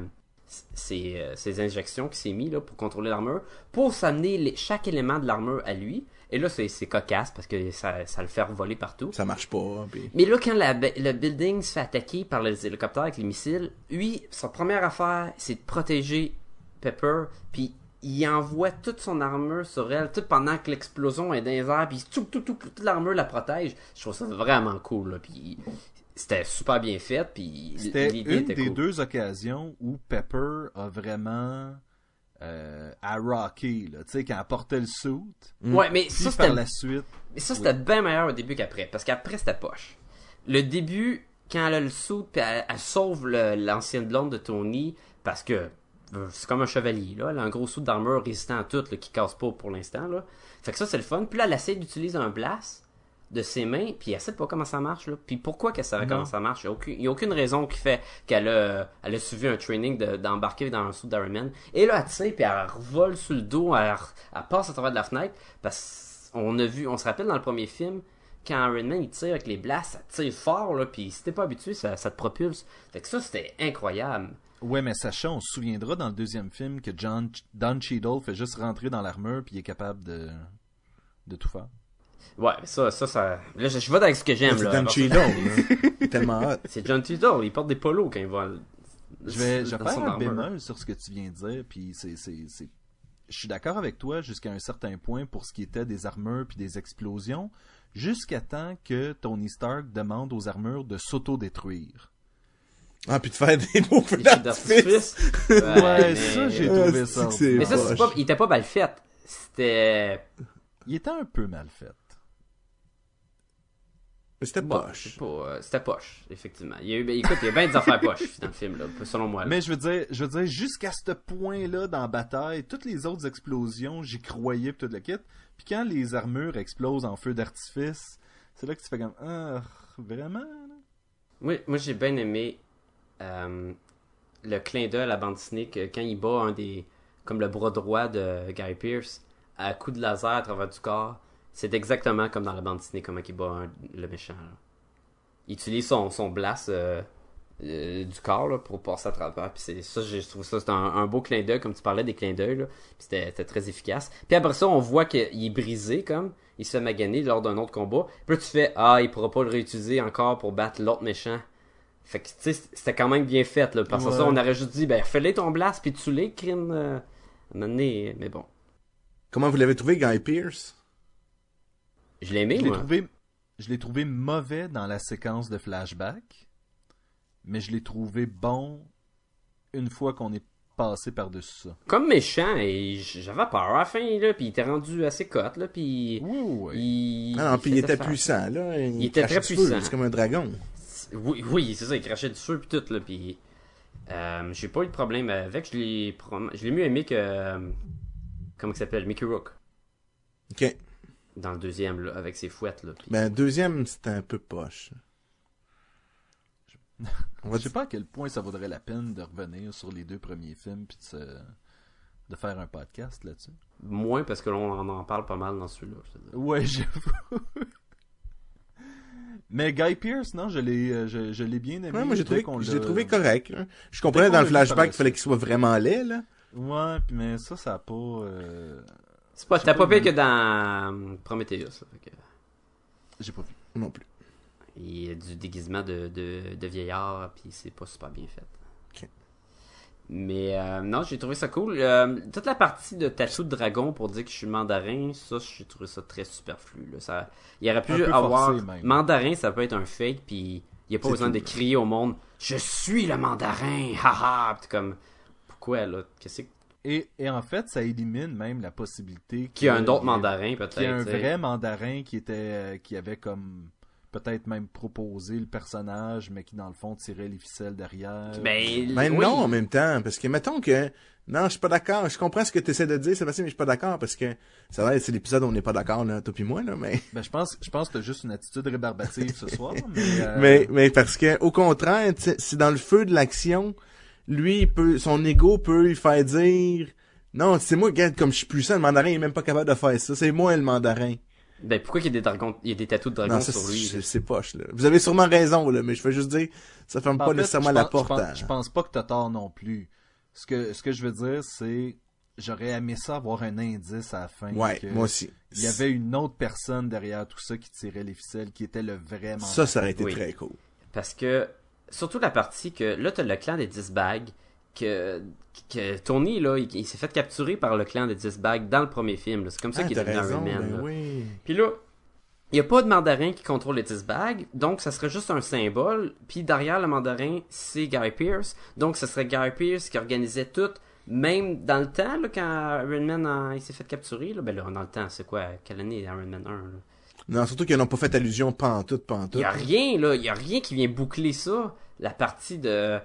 ses, euh, ses injections qu'il s'est mis là, pour contrôler l'armure, pour s'amener les- chaque élément de l'armure à lui. Et là, c'est c'est cocasse parce que ça, ça le fait voler partout. Ça marche pas, hein, pis... Mais là, quand la- le building se fait attaquer par les hélicoptères avec les missiles, lui, sa première affaire, c'est de protéger Pepper, puis il envoie toute son armure sur elle, tout pendant que l'explosion est dans les airs, puis tout, tout, tout, toute l'armure la protège. Je trouve ça vraiment cool, là, puis c'était super bien fait, puis c'était l'idée une était des cool. deux occasions où Pepper a vraiment euh, à rocker, là. Tu sais, quand elle portait le suit, Ouais, mais puis ça, par c'était la suite... Mais ça, c'était bien meilleur au début qu'après. Parce qu'après, c'était poche. Le début, quand elle a le saut, puis elle, elle sauve le- l'ancienne blonde de Tony, parce que euh, c'est comme un chevalier, là. Elle a un gros saut d'armure résistant à tout, là, qui casse pas pour l'instant, là. Fait que ça, c'est le fun. Puis là, elle essaie d'utiliser un blast de ses mains, puis elle sait pas comment ça marche, là. Puis pourquoi qu'elle savait Non. comment ça marche? Il n'y a, aucune- il y a aucune raison qui fait qu'elle a, elle a suivi un training de- d'embarquer dans un saut d'Iron Man. Et là, elle tire, puis elle revole sur le dos, elle, elle passe à travers de la fenêtre, parce qu'on a vu, on se rappelle dans le premier film, quand Iron Man il tire avec les blasts, ça tire fort, là, puis si t'es pas habitué, ça, ça te propulse. Fait que ça, c'était incroyable. Ouais, mais Sacha, on se souviendra dans le deuxième film que John, Don Cheadle fait juste rentrer dans l'armure puis il est capable de, de tout faire. Ouais, ça, ça, ça. Là, je, je vais avec ce que j'aime, C'est là. Don Parce que- Cheadle, là. Il est tellement hot. C'est John Tudor, il porte des polos quand il va. Je vais, je vais dans faire son un armure. bémol sur ce que tu viens de dire, puis c'est, c'est, c'est... Je suis d'accord avec toi jusqu'à un certain point pour ce qui était des armures puis des explosions, jusqu'à temps que Tony Stark demande aux armures de s'auto-détruire. Ah, puis de faire des beaux feux Les feux d'artifice. d'artifice. Ouais, mais- ça, j'ai Ah, trouvé c'est ça. que c'est Mais ça, c'est poche. pas, il était pas mal fait. c'était... Il était un peu mal fait. Mais c'était Bon, poche. c'est pas, euh, c'était poche, effectivement. Il y a eu, ben, écoute, il y a bien des affaires poches dans le film, là, selon moi. Là. Mais je veux dire, je veux dire, jusqu'à ce point-là dans la bataille, toutes les autres explosions, j'y croyais pis tout le kit. Puis quand les armures explosent en feu d'artifice, c'est là que tu fais comme ah, vraiment là? Oui, moi j'ai bien aimé euh, le clin d'œil à la bande dessinée que quand il bat un des. Comme le bras droit de Guy Pearce, à coup de laser à travers du corps, c'est exactement comme dans la bande dessinée, comment il bat un- le méchant. Là. Il utilise son, son blast euh, euh, du corps là, pour passer à travers. Puis c'est ça, j'ai- je trouve ça, c'est un, un beau clin d'œil, comme tu parlais des clins d'œil. Là. Puis c'était, c'était très efficace. Puis après ça, on voit qu'il est brisé, comme il se fait maganer lors d'un autre combat. Puis là, tu fais ah, il pourra pas le réutiliser encore pour battre l'autre méchant. Fait que, tu sais, c'était quand même bien fait, là. Parce que Ouais. ça, on aurait juste dit, ben, fais-le ton blast, puis tu les crime. Euh, à un moment donné, mais bon. Comment vous l'avez trouvé, Guy Pearce? Je l'ai aimé, Je l'ai moi. trouvé, je l'ai trouvé mauvais dans la séquence de flashback, mais je l'ai trouvé bon une fois qu'on est passé par-dessus ça. Comme méchant, et j'avais peur à la fin, là, puis il était rendu assez cote, là, puis... Oui, oui. Il... Ah non, puis il faisait était faire- puissant, là. Il, Il était crachait très du feu, puissant. C'est comme un dragon. Oui, oui, c'est ça, il crachait du feu, puis tout, là, puis... Euh, j'ai pas eu de problème avec, je l'ai prom- je l'ai mieux aimé que... euh, comment il s'appelle? Mickey Rourke. OK. Dans le deuxième, là, avec ses fouettes, là. puis- Ben, deuxième, c'était un peu poche. On va Je sais pas à quel point ça vaudrait la peine de revenir sur les deux premiers films puis de, se- de faire un podcast là-dessus. Moins, parce que là, on en parle pas mal dans celui-là, je te dis. Ouais, j'avoue. Mais Guy Pearce, non, je l'ai, euh, je, je l'ai bien aimé. Ouais, moi, j'ai dès trouvé, qu'on je l'a- l'ai trouvé correct, là. Je comprenais qu'on dans le l'a vu par flashback la qu'il fallait suite. qu'il soit vraiment laid, là. Ouais, puis mais ça, ça a pas. euh, C'est pas, J'ai t'as pas pas pire aimé. que dans euh, Prometheus, là, fait que... J'ai pas vu. Non plus. Il y a du déguisement de, de, de vieillard, puis c'est pas super bien fait. Ok. Mais euh, non, j'ai trouvé ça cool. Euh, toute la partie de tatou de dragon pour dire que je suis mandarin, ça, j'ai trouvé ça très superflu. Là. Ça, il aurait pu Un peu avoir forcé, même. mandarin, ça peut être un fake, puis il n'y a pas C'est besoin tout, de là. crier au monde « Je suis le mandarin! Haha! » Puis comme, pourquoi, là? Qu'est-ce que... Et, et en fait, ça élimine même la possibilité Qu'il y a un que- autre mandarin, peut-être. Qu'il y a un tu sais. vrai mandarin qui était, euh, qui avait comme peut-être même proposé le personnage, mais qui dans le fond tirait les ficelles derrière. Ben, Ben oui. non, en même temps, parce que mettons que non, je suis pas d'accord. Je comprends ce que tu essaies de dire, Sébastien, mais je suis pas d'accord parce que ça va, c'est l'épisode où on n'est pas d'accord, là, toi puis moi, là, mais Ben, je pense, je pense que t'as juste une attitude rébarbative ce soir, mais, euh, mais mais parce que au contraire, tu sais, c'est dans le feu de l'action, lui, il peut, son ego peut lui faire dire non, c'est moi, regarde, comme je suis puissant, le mandarin il est même pas capable de faire ça. C'est moi le mandarin. Ben, pourquoi qu'il y a des dragons, il y a des tatous de dragons Non, ça, sur lui? c'est c'est poche, là. Vous avez sûrement raison, là, mais je veux juste dire, ça ferme en pas fait, nécessairement je la pense- porte. Je pense, à- je pense pas que t'as tort non plus. Ce que, ce que je veux dire, c'est, j'aurais aimé ça avoir un indice à la fin. Ouais, que moi aussi. Il y avait une autre personne derrière tout ça qui tirait les ficelles, qui était le vrai mandarin. Ça, ça aurait été Oui. très cool. Parce que, surtout la partie que, là, t'as le clan des dix bagues, que, que Tony, là, il, il s'est fait capturer par le clan des dix bagues dans le premier film, là. C'est comme ça Ah, qu'il est t'as devenu raison, Iron Man, ben là. oui. Puis là, il n'y a pas de mandarin qui contrôle les dix bagues, donc ça serait juste un symbole. Puis derrière le mandarin, c'est Guy Pearce. Donc ça serait Guy Pearce qui organisait tout, même dans le temps, là, quand Iron Man a- il s'est fait capturer. Là, ben là, dans le temps, c'est quoi? Quelle année Iron Man un? Là? Non, surtout qu'ils n'ont pas fait allusion pantoute, Il pantoute. n'y a rien, là. Il n'y a rien qui vient boucler ça. La partie de... euh,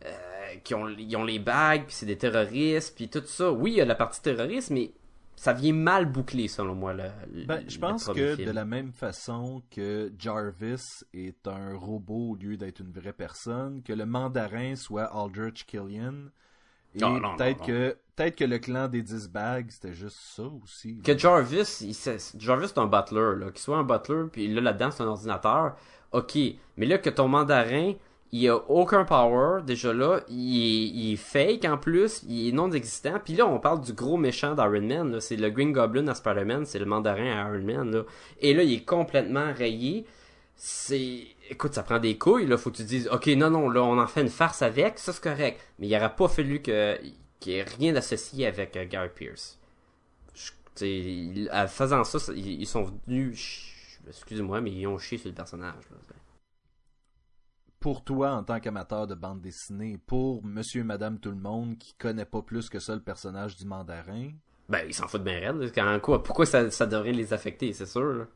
qui ont, ils ont les bagues, puis c'est des terroristes, puis tout ça. Oui, il y a la partie terroriste, mais ça vient mal boucler, selon moi, le, le- Ben, je le pense premier que film. de la même façon que Jarvis est un robot au lieu d'être une vraie personne, que le mandarin soit Aldrich Killian, et Non, non, peut-être non, que peut-être que le clan des dix bagues c'était juste ça aussi. Que Jarvis, il, sait- Jarvis c'est un butler, là. Qu'il soit un butler, puis là, là-dedans, c'est un ordinateur. Ok. Mais là, que ton mandarin, il a aucun power, déjà là. Il est, il est fake, en plus. Il est non existant. Puis là, on parle du gros méchant d'Iron Man, là. C'est le Green Goblin à Spider-Man. C'est le mandarin à Iron Man, là. Et là, il est complètement rayé. C'est... Écoute, ça prend des couilles, là. Faut que tu dises, ok, non, non, là, on en fait une farce avec. Ça, c'est correct. Mais il aurait pas fallu que, qu'il y ait rien d'associé avec euh, Guy Pearce. Je- tu sais, il- en faisant ça, ça- ils, ils sont venus, ch- excusez-moi, mais ils ont chié sur le personnage. Là. Pour toi, en tant qu'amateur de bande dessinée, pour Monsieur et Madame tout le monde qui connaît pas plus que ça le personnage du mandarin, Ben, ils s'en foutent bien raide. Là. Quand, quoi, pourquoi ça, ça devrait les affecter, c'est sûr. Là.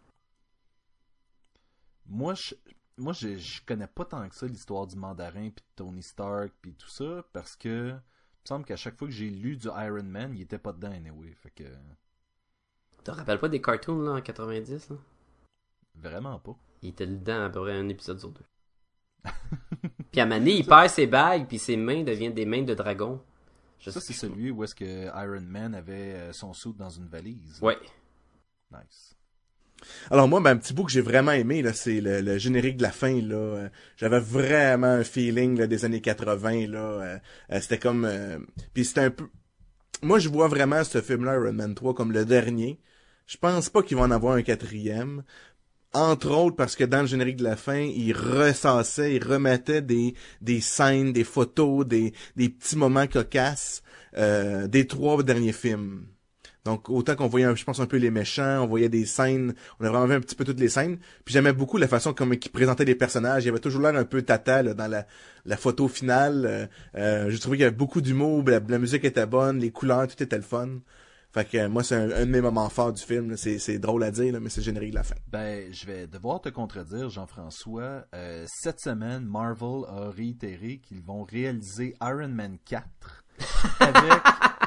Moi, je, moi, je, je connais pas tant que ça l'histoire du mandarin puis de Tony Stark puis tout ça parce que il me semble qu'à chaque fois que j'ai lu du Iron Man, il était pas dedans anyway. Fait que Tu te rappelles pas des cartoons là en quatre-vingt-dix là? vraiment pas. Il était dedans à peu près un épisode sur deux. Puis à Mané, il perd ses bagues puis ses mains deviennent des mains de dragon. Je Ça, sais c'est celui où est-ce que Iron Man avait euh, son suit dans une valise. Ouais. Nice. Alors moi, ben, un petit bout que j'ai vraiment aimé, là, c'est le, le générique de la fin. Là. Euh, J'avais vraiment un feeling là, des années quatre-vingts. Là. Euh, euh, c'était comme... Euh... Puis c'était un peu... Moi, je vois vraiment ce film-là, Iron Man trois, comme le dernier. Je pense pas qu'il va en avoir un quatrième. Entre autres parce que dans le générique de la fin, il ressassait, il remettait des des scènes, des photos, des des petits moments cocasses euh, des trois derniers films. Donc autant qu'on voyait, je pense, un peu les méchants, on voyait des scènes, on a vraiment vu un petit peu toutes les scènes. Puis j'aimais beaucoup la façon comme il présentait les personnages. Il y avait toujours l'air un peu tata là, dans la la photo finale. Euh, euh, j'ai trouvé qu'il y avait beaucoup d'humour, la, la musique était bonne, les couleurs, tout était le fun. Fait que euh, moi, c'est un, un de mes moments forts du film. Là. C'est, c'est drôle à dire, là, mais c'est le générique de la fin. Ben, je vais devoir te contredire, Jean-François. Euh, cette semaine, Marvel a réitéré qu'ils vont réaliser Iron Man quatre avec,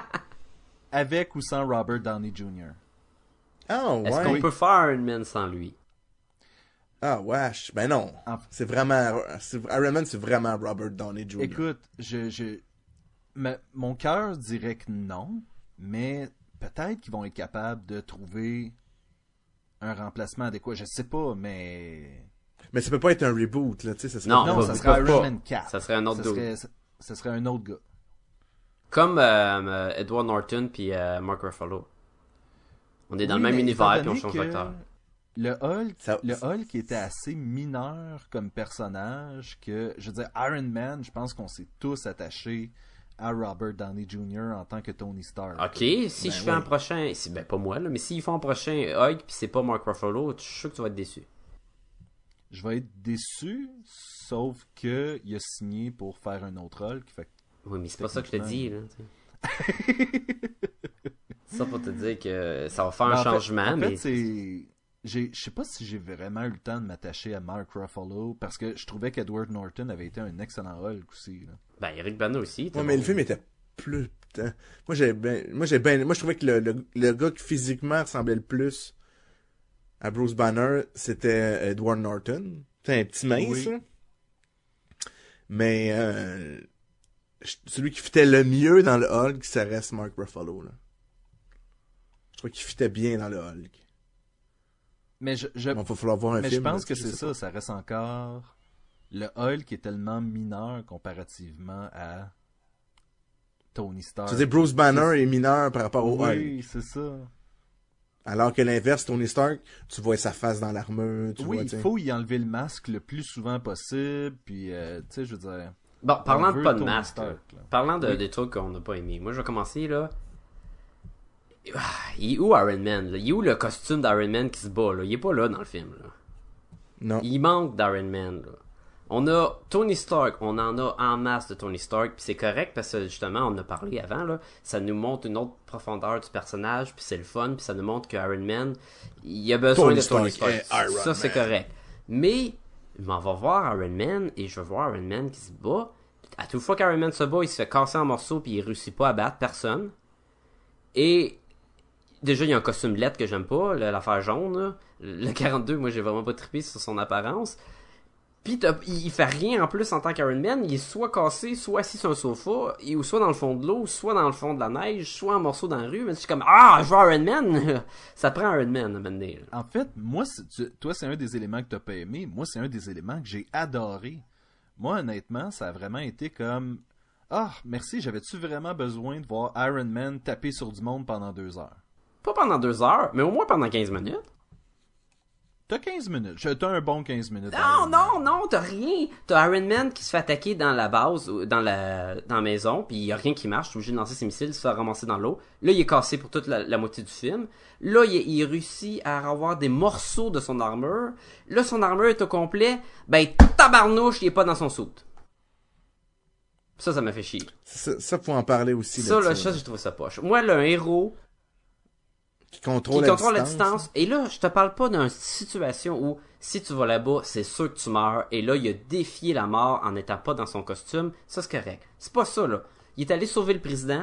avec ou sans Robert Downey junior Ah ouais. Est-ce qu'on peut faire Iron Man sans lui? Ah wesh. Ben non. En- C'est vraiment... C'est, Iron Man, c'est vraiment Robert Downey junior Écoute, je, je, ma- mon cœur dirait que non, mais peut-être qu'ils vont être capables de trouver un remplacement adéquat. Je sais pas, mais... Mais ça peut pas être un reboot, là, tu sais. Ça serait Non, pas- Non, pas- ça pas- serait Iron pas. Man quatre. Ça serait un autre ça dude. serait, ça, ça serait un autre gars. Comme euh, euh, Edward Norton puis euh, Mark Ruffalo. On est dans Oui, le même mais univers étant puis on donné change que d'acteur. Le Hulk, Ça- le Hulk était assez mineur comme personnage que, je veux dire, Iron Man, je pense qu'on s'est tous attachés à Robert Downey junior en tant que Tony Stark. Ok, si Ben je fais oui. un prochain, si, ben pas moi là, mais s'ils font un prochain Hulk puis c'est pas Mark Ruffalo, je suis sûr que tu vas être déçu. Je vais être déçu, sauf que il a signé pour faire un autre Hulk. Fait que Oui, mais c'est pas ça que je te dis là. tu sais. Ça pour te dire que ça va faire Ben, un en fait- changement, en fait, mais c'est... j'ai- Je sais pas si j'ai vraiment eu le temps de m'attacher à Mark Ruffalo, parce que je trouvais qu'Edward Norton avait été un excellent Hulk aussi. Là. ben Eric Bana aussi. Ouais, t'as mais bon. le film était plus... Putain. Moi, j'ai ben... Moi, j'ai ben... Moi, je trouvais que le, le, le gars qui physiquement ressemblait le plus à Bruce Banner, c'était Edward Norton. C'est un petit mince, Oui. là. Mais... Euh... Celui qui fitait le mieux dans le Hulk, ça reste Mark Ruffalo, là. Je crois qu'il fitait bien dans le Hulk. Mais je, je, Bon, il va falloir voir un mais film. je pense là, que je c'est sais ça, pas. ça reste encore... Le Hulk est tellement mineur comparativement à Tony Stark. Tu veux dire, Bruce Banner est mineur par rapport au Hulk. Oui, c'est ça. Alors que l'inverse, Tony Stark, tu vois sa face dans l'armure, tu Oui, vois, il tu sais. faut y enlever le masque le plus souvent possible, puis, euh, tu sais, je veux dire... Bon, parlant on de veut pas de Tony masque, Stark, là. là. Parlant de Oui. des trucs qu'on n'a pas aimés, moi je vais commencer là. Ah, il est où Iron Man là? Il est où le costume d'Iron Man qui se bat là? Il est pas là dans le film là. Non. Il manque d'Iron Man là. On a Tony Stark, on en a en masse de Tony Stark, puis c'est correct parce que justement on en a parlé avant là, ça nous montre une autre profondeur du personnage, puis c'est le fun, puis ça nous montre que Iron Man, il a besoin Tony de Tony Stark Stark. est Iron Ça c'est Man. correct. Mais je m'en vais voir Iron Man et je vais voir Iron Man qui se bat. À toute fois qu'Iron Man se bat, il se fait casser en morceaux puis il réussit pas à battre personne. Et déjà, il y a un costume lettre que j'aime pas, le- l'affaire jaune. Là. Le quarante-deux, moi, j'ai vraiment pas trippé sur son apparence. Puis t'as- il fait rien en plus en tant qu'Iron Man. Il est soit cassé, soit assis sur un sofa, et, ou soit dans le fond de l'eau, soit dans le fond de la neige, soit en morceaux dans la rue. Mais je suis comme, ah, je veux Iron Man! Ça prend Iron Man à un moment donné, là. En fait, moi, c'est- tu- toi, c'est un des éléments que t'as pas aimé. Moi, c'est un des éléments que j'ai adoré. Moi, honnêtement, ça a vraiment été comme... Ah, merci, j'avais-tu vraiment besoin de voir Iron Man taper sur du monde pendant deux heures? Pas pendant deux heures, mais au moins pendant quinze minutes. T'as quinze minutes. Je- T'as un bon quinze minutes. Non, Iron Man. non, non, t'as rien. T'as Iron Man qui se fait attaquer dans la base, ou dans la, dans la maison, puis il y a rien qui marche, t'es obligé de lancer ses missiles, se faire ramasser dans l'eau. Là, il est cassé pour toute la, la moitié du film. Là, il, il réussit à avoir des morceaux de son armure. Là, son armure est au complet. Ben, tabarnouche, il est pas dans son soute. Ça, ça m'a fait chier. Ça, ça, faut en parler aussi. Ça, là, là-dessus. ça, j'ai trouvé ça poche. Moi, là, un héros Qui contrôle, qui la, contrôle la distance. distance. Et là, je te parle pas d'une situation où si tu vas là-bas, c'est sûr que tu meurs. Et là, il a défié la mort en n'étant pas dans son costume. Ça, c'est correct. C'est pas ça, là. Il est allé sauver le président.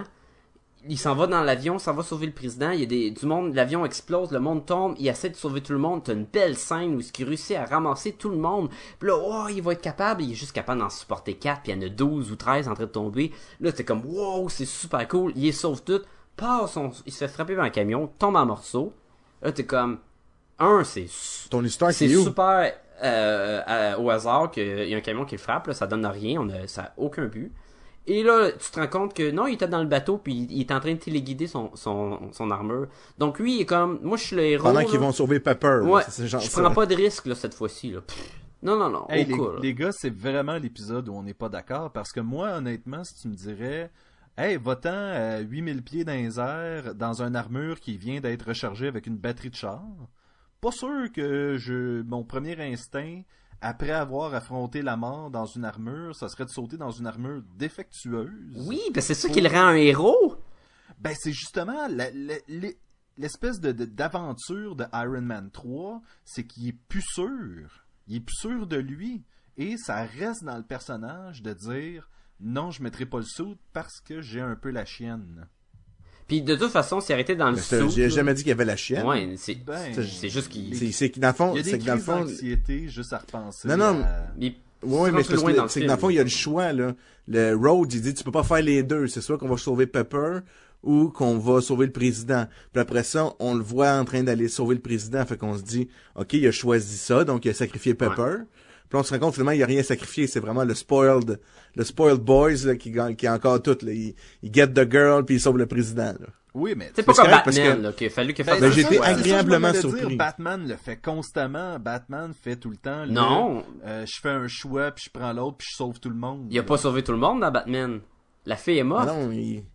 Il s'en va dans l'avion, ça va sauver le président. Il y a des, du monde, l'avion explose, le monde tombe. Il essaie de sauver tout le monde. T'as une belle scène où il réussit à ramasser tout le monde. Puis là, oh, il va être capable. Il est juste capable d'en supporter quatre. Puis il y en a douze ou treize en train de tomber. Là, t'es comme, wow, c'est super cool. Il les sauve toutes. Part son, il se fait frapper par un camion, tombe en morceaux. Là, t'es comme, un, c'est, Ton histoire, c'est c'est où? super euh, euh, au hasard qu'il y a un camion qui le frappe. Là, ça donne rien, on a, ça a aucun but. Et là, tu te rends compte que non, il était dans le bateau puis il est en train de téléguider son, son, son armure. Donc lui, il est comme, moi je suis le héros. Pendant là. qu'ils vont sauver Pepper. Ouais, là, c'est genre je ça. prends pas de risque là cette fois-ci là. Pff. Non, non, non, Hey, au les, cas, là. les gars, c'est vraiment l'épisode où on n'est pas d'accord. Parce que moi, honnêtement, si tu me dirais, hey, va-t'en à huit mille pieds dans les airs, dans une armure qui vient d'être rechargée avec une batterie de char, pas sûr que je mon premier instinct, après avoir affronté la mort dans une armure, ça serait de sauter dans une armure défectueuse. Oui, ben c'est ça qui le rend un héros. Ben, c'est justement la- la- les- l'espèce de, de- d'aventure de Iron Man trois, c'est qu'il est plus sûr. Il est plus sûr de lui. Et ça reste dans le personnage de dire non, je mettrai pas le saut parce que j'ai un peu la chienne. Puis de toute façon, s'il arrêtait dans le Mais c'est- sou. J'ai jamais dit qu'il y avait la chienne. Ouais, c'est Ben, c'est juste qu'il C'est, c'est que dans le fond, il y a des c'est que dans le crises fond, d'anxiété juste à repenser. Non, non, à- il ouais, mais c'est parce loin que dans le c'est que film. dans le fond, il y a le choix, là. Le Rhodes, il dit, tu peux pas faire les deux. C'est soit qu'on va sauver Pepper ou qu'on va sauver le président. Puis après ça, on le voit en train d'aller sauver le président. Fait qu'on se dit, OK, il a choisi ça, donc il a sacrifié Pepper. Puis on se rend compte, finalement, il a rien sacrifié. C'est vraiment le spoiled, le spoiled boys, là, qui gagne, qui a encore tout, là. Il, il get the girl, puis il sauve le président, là. Oui, mais C'est pas c'est comme correct parce Batman que- là, qu'il a fallu qu'il Ben, fasse Ben, un c'est j'étais ça, choix. c'est ça que je agréablement m'en allais surpris. dire. Batman le fait constamment. Batman fait tout le temps. le, Non. euh, je fais un choix, puis je prends l'autre, puis je sauve tout le monde. Il a pas sauvé tout le monde dans Batman. La fille est Ah morte. non, il...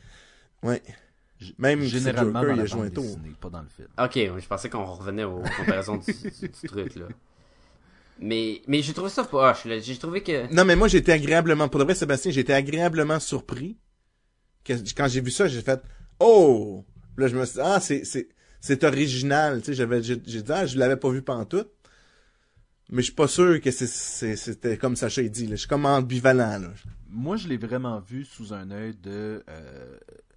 Ouais. Même si Généralement Joker, dans il a la joué un bande tour. dessinée, pas dans le film. Ok, je pensais qu'on revenait aux comparaisons du, du- du truc là. Mais mais j'ai trouvé ça poche là. J'ai trouvé que Non, mais moi, j'étais agréablement, pour de vrai, Sébastien, j'étais agréablement surpris. Que, quand j'ai vu ça, j'ai fait, oh! Puis là, je me suis dit, ah, c'est, c'est, c'est original, tu sais, j'avais, j'ai, j'ai dit, ah, je l'avais pas vu pantoute. Mais je suis pas sûr que c'est, c'est, c'était comme Sacha il dit, là. Je suis comme ambivalent, là. Moi, je l'ai vraiment vu sous un œil de... euh,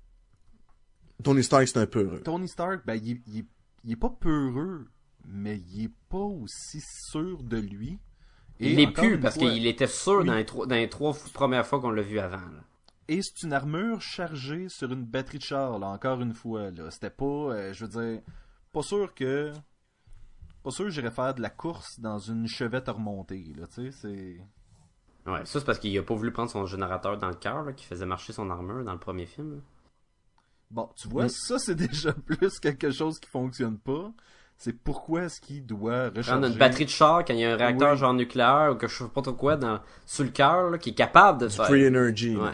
Tony Stark, c'est un peu heureux. Tony Stark, ben, il, il, il est pas peureux, mais il est pas aussi sûr de lui. il Et l'est encore plus une parce fois- qu'il était sûr Oui. dans les trois dans les trois premières fois qu'on l'a vu avant. Là. Et c'est une armure chargée sur une batterie de char, là, encore une fois. Là. C'était pas, euh, je veux dire, pas sûr que... Pas sûr que j'irais faire de la course dans une chevette remontée, là, tu sais, c'est... Ouais, ça c'est parce qu'il a pas voulu prendre son générateur dans le cœur là, qui faisait marcher son armure dans le premier film. là. Bon, tu vois, Mm. ça, c'est déjà plus quelque chose qui fonctionne pas. C'est pourquoi est-ce qu'il doit recharger... Prendre une batterie de char quand il y a un réacteur Oui. genre nucléaire ou que je sais pas trop quoi dans sur le cœur là, qui est capable de faire. Free Energy. là. Ouais.